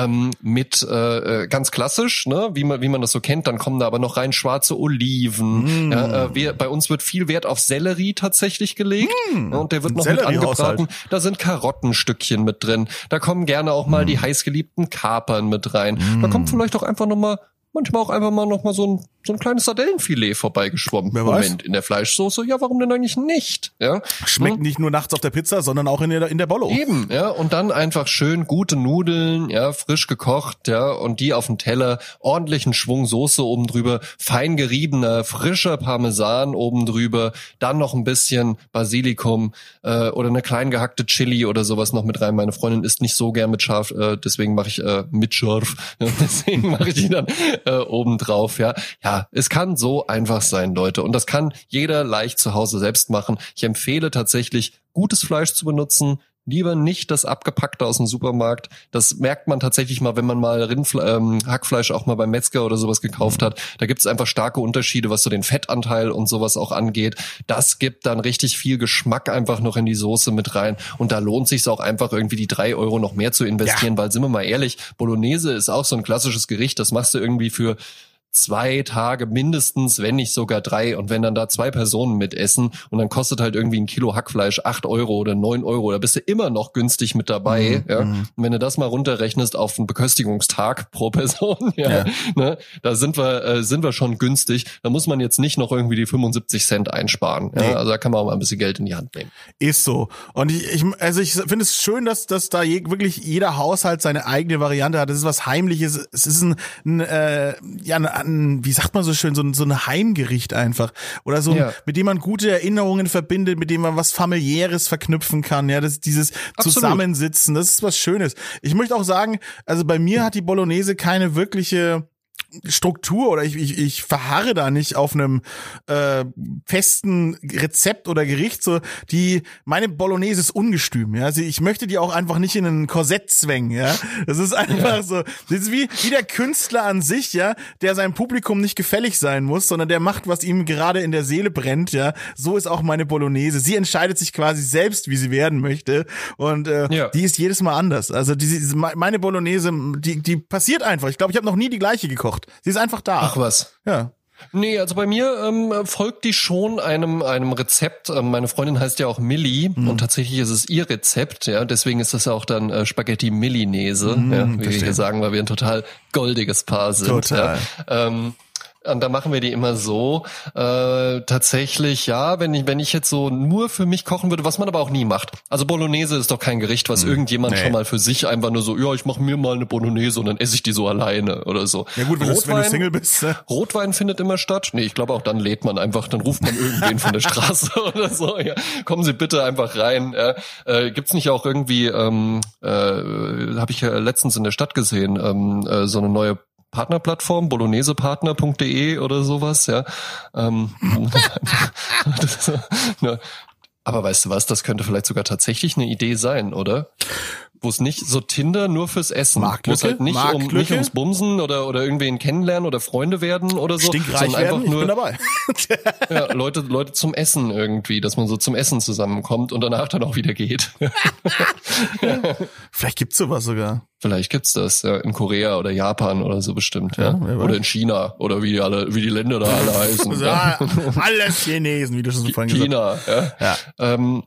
mit ganz klassisch, ne, wie man das so kennt. Dann kommen da aber noch rein schwarze Oliven. Ja, bei uns wird viel Wert auf Sellerie tatsächlich gelegt. Ja, und der wird noch mit angebraten. Da sind Karottenstückchen mit drin. Da kommen gerne auch mal die heißgeliebten Kapern mit rein. Da kommt vielleicht auch einfach manchmal auch einfach mal noch mal so ein kleines Sardellenfilet vorbeigeschwommen. Moment, in der Fleischsoße? Ja, warum denn eigentlich nicht? Ja. Schmeckt nicht nur nachts auf der Pizza, sondern auch in der Bollo. Eben, ja. Und dann einfach schön gute Nudeln, ja, frisch gekocht, ja, und die auf dem Teller, ordentlichen Schwung Soße oben drüber, fein geriebener, frischer Parmesan oben drüber, dann noch ein bisschen Basilikum oder eine klein gehackte Chili oder sowas noch mit rein. Meine Freundin isst nicht so gern mit scharf, deswegen mache ich mit scharf. Ja, deswegen mache ich die dann obendrauf, ja. Ja, es kann so einfach sein, Leute. Und das kann jeder leicht zu Hause selbst machen. Ich empfehle tatsächlich, gutes Fleisch zu benutzen. Lieber nicht das Abgepackte aus dem Supermarkt. Das merkt man tatsächlich mal, wenn man mal Hackfleisch auch mal beim Metzger oder sowas gekauft hat. Da gibt es einfach starke Unterschiede, was so den Fettanteil und sowas auch angeht. Das gibt dann richtig viel Geschmack einfach noch in die Soße mit rein. Und da lohnt sich auch einfach irgendwie die 3 Euro noch mehr zu investieren, weil, sind wir mal ehrlich, Bolognese ist auch so ein klassisches Gericht. Das machst du irgendwie für 2 Tage mindestens, wenn nicht sogar 3. Und wenn dann da 2 Personen mit essen und dann kostet halt irgendwie ein Kilo Hackfleisch 8 Euro oder 9 Euro, da bist du immer noch günstig mit dabei. Ja. Und wenn du das mal runterrechnest auf einen Beköstigungstag pro Person, ne, da sind wir schon günstig. Da muss man jetzt nicht noch irgendwie die 75 Cent einsparen. Ja. Also da kann man auch mal ein bisschen Geld in die Hand nehmen. Ist so. Und ich finde es schön, dass da wirklich jeder Haushalt seine eigene Variante hat. Das ist was Heimliches. Es ist wie sagt man so schön, so ein Heimgericht einfach. Oder so, mit dem man gute Erinnerungen verbindet, mit dem man was Familiäres verknüpfen kann. Ja, dieses Zusammensitzen, das ist was Schönes. Ich möchte auch sagen, also bei mir hat die Bolognese keine wirkliche Struktur oder ich verharre da nicht auf einem festen Rezept oder Gericht. So meine Bolognese ist ungestüm. Ja, also ich möchte die auch einfach nicht in ein Korsett zwängen. Ja, das ist einfach so. Das ist wie der Künstler an sich, ja, der seinem Publikum nicht gefällig sein muss, sondern der macht, was ihm gerade in der Seele brennt. Ja, so ist auch meine Bolognese. Sie entscheidet sich quasi selbst, wie sie werden möchte, und die ist jedes Mal anders. Also meine Bolognese, die passiert einfach. Ich glaube, ich habe noch nie die gleiche gekocht. Sie ist einfach da. Ach was. Ja. Nee, also bei mir folgt die schon einem Rezept. Meine Freundin heißt ja auch Milli und tatsächlich ist es ihr Rezept, ja, deswegen ist das ja auch dann Spaghetti Millinese, ja, wie wir hier sagen, weil wir ein total goldiges Paar sind. Total. Ja. Und da machen wir die immer so. Tatsächlich, ja, wenn ich jetzt so nur für mich kochen würde, was man aber auch nie macht. Also Bolognese ist doch kein Gericht, was irgendjemand schon mal für sich einfach nur so, ja, ich mache mir mal eine Bolognese und dann esse ich die so alleine oder so. Ja gut, wenn du Single bist. Ne? Rotwein findet immer statt. Nee, ich glaube auch dann lädt man einfach, dann ruft man irgendwen von der Straße oder so. Ja, kommen Sie bitte einfach rein. Gibt's nicht auch irgendwie, habe ich ja letztens in der Stadt gesehen, so eine neue Partnerplattform, bolognesepartner.de oder sowas, ja. Aber weißt du was, das könnte vielleicht sogar tatsächlich eine Idee sein, oder? Wo es nicht so Tinder nur fürs Essen, wo es halt nicht ums Bumsen oder irgendwen kennenlernen oder Freunde werden oder so, sondern einfach nur, ich bin dabei. Ja, Leute zum Essen irgendwie, dass man so zum Essen zusammenkommt und danach dann auch wieder geht. Vielleicht gibt's sowas sogar. Vielleicht gibt's das, ja, in Korea oder Japan oder so bestimmt, ja. Oder in China oder wie die Länder da alle heißen. Ja, alles Chinesen, wie du schon vorhin gesagt hast. China, ja.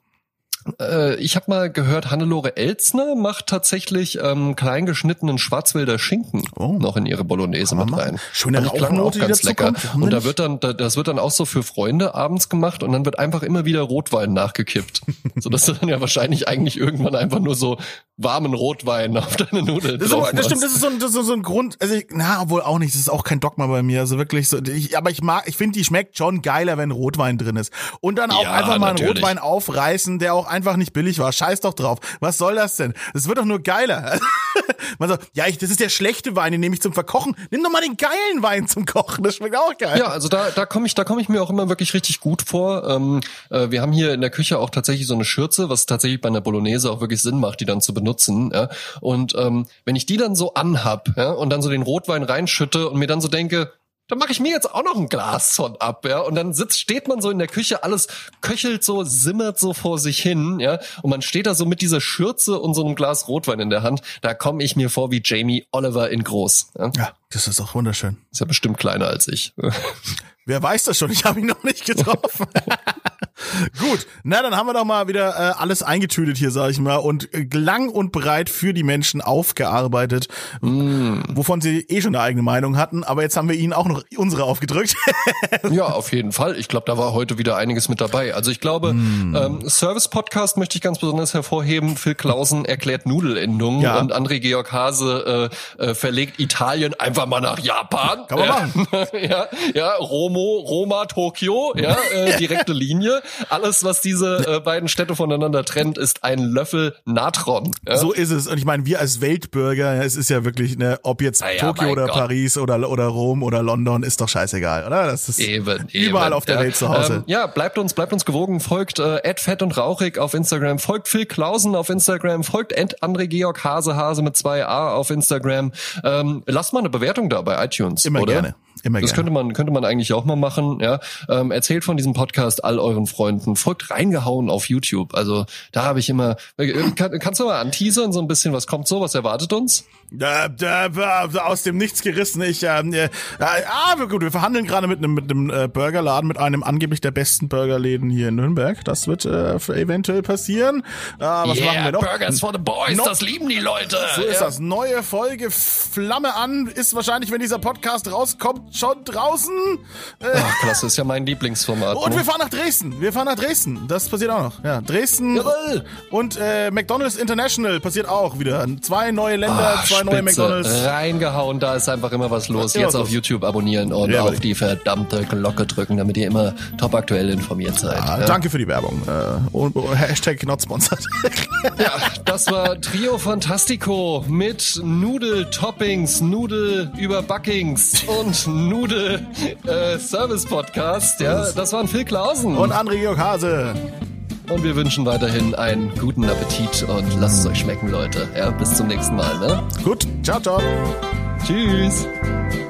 Ich habe mal gehört, Hannelore Elsner macht tatsächlich klein geschnittenen Schwarzwälder Schinken noch in ihre Bolognese mit rein. Schöne Rauchnote, auch ganz lecker. Und das wird dann auch so für Freunde abends gemacht und dann wird einfach immer wieder Rotwein nachgekippt, sodass du dann ja wahrscheinlich eigentlich irgendwann einfach nur so warmen Rotwein auf deine Nudeln drauf machst. Das stimmt, das ist so ein Grund, also obwohl auch nicht, das ist auch kein Dogma bei mir, also wirklich so, ich finde, die schmeckt schon geiler, wenn Rotwein drin ist. Und dann auch einfach mal einen Rotwein aufreißen, der auch einfach nicht billig war. Scheiß doch drauf. Was soll das denn? Das wird doch nur geiler. Man sagt, das ist der schlechte Wein, den nehme ich zum Verkochen. Nimm doch mal den geilen Wein zum Kochen. Das schmeckt auch geil. Ja, also da komme ich mir auch immer wirklich richtig gut vor. Wir haben hier in der Küche auch tatsächlich so eine Schürze, was tatsächlich bei einer Bolognese auch wirklich Sinn macht, die dann zu benutzen. Ja? Und wenn ich die dann so anhab, ja, und dann so den Rotwein reinschütte und mir dann so denke, dann mache ich mir jetzt auch noch ein Glas von ab, ja. Und dann steht man so in der Küche, alles köchelt so, simmert so vor sich hin, ja. Und man steht da so mit dieser Schürze und so einem Glas Rotwein in der Hand. Da komme ich mir vor wie Jamie Oliver in groß. Ja, das ist auch wunderschön. Ist ja bestimmt kleiner als ich. Wer weiß das schon? Ich habe ihn noch nicht getroffen. Gut, na dann haben wir doch mal wieder alles eingetütet hier, sag ich mal, und lang und breit für die Menschen aufgearbeitet, wovon sie schon eine eigene Meinung hatten, aber jetzt haben wir ihnen auch noch unsere aufgedrückt. Ja, auf jeden Fall. Ich glaube, da war heute wieder einiges mit dabei. Also ich glaube, Service-Podcast möchte ich ganz besonders hervorheben. Phil Clausen erklärt Nudelendungen und André Georg Hase verlegt Italien einfach mal nach Japan. Kann man machen. Ja, Roma, Tokio, direkte Linie. Alles, was diese beiden Städte voneinander trennt, ist ein Löffel Natron. Ja? So ist es. Und ich meine, wir als Weltbürger, es ist ja wirklich, ob jetzt Tokio oder Paris oder Rom oder London, ist doch scheißegal, oder? Das ist überall auf der Welt zu Hause. Bleibt uns gewogen, folgt @fett und rauchig auf Instagram, folgt Phil Clausen auf Instagram, folgt André Georg Hase mit 2a auf Instagram. Lasst mal eine Bewertung da bei iTunes. Immer oder? Gerne. Immer das gerne. könnte man eigentlich auch mal machen, ja. Erzählt von diesem Podcast all euren Freunden. Folgt Reingehauen auf YouTube. Also da habe ich immer. Kannst du mal anteasern so ein bisschen, was kommt so, was erwartet uns? Aus dem Nichts gerissen. Gut, wir verhandeln gerade mit einem Burgerladen, mit einem angeblich der besten Burgerläden hier in Nürnberg. Das wird eventuell passieren. Was machen wir noch? Burgers for the Boys, das lieben die Leute. So ist das. Neue Folge Flamme an ist wahrscheinlich, wenn dieser Podcast rauskommt, schon draußen. Ach, klasse, ist ja mein Lieblingsformat. Und wir fahren nach Dresden. Das passiert auch noch. Ja, Dresden. Jawohl. Und McDonald's International passiert auch wieder. 2 neue Länder, 2 neue McDonald's. Reingehauen, da ist einfach immer was los. Jetzt auf YouTube abonnieren und auf die verdammte Glocke drücken, damit ihr immer top aktuell informiert seid. Ja. Danke für die Werbung. Hashtag not sponsored. Ja, das war Trio Fantastico mit Nudel-Toppings, Nudel-Überbackings und Nudel-Service-Podcast. Ja, das waren Phil Clausen und André Georg Hase. Und wir wünschen weiterhin einen guten Appetit und lasst es euch schmecken, Leute. Ja, bis zum nächsten Mal, ne? Gut, ciao, ciao. Tschüss.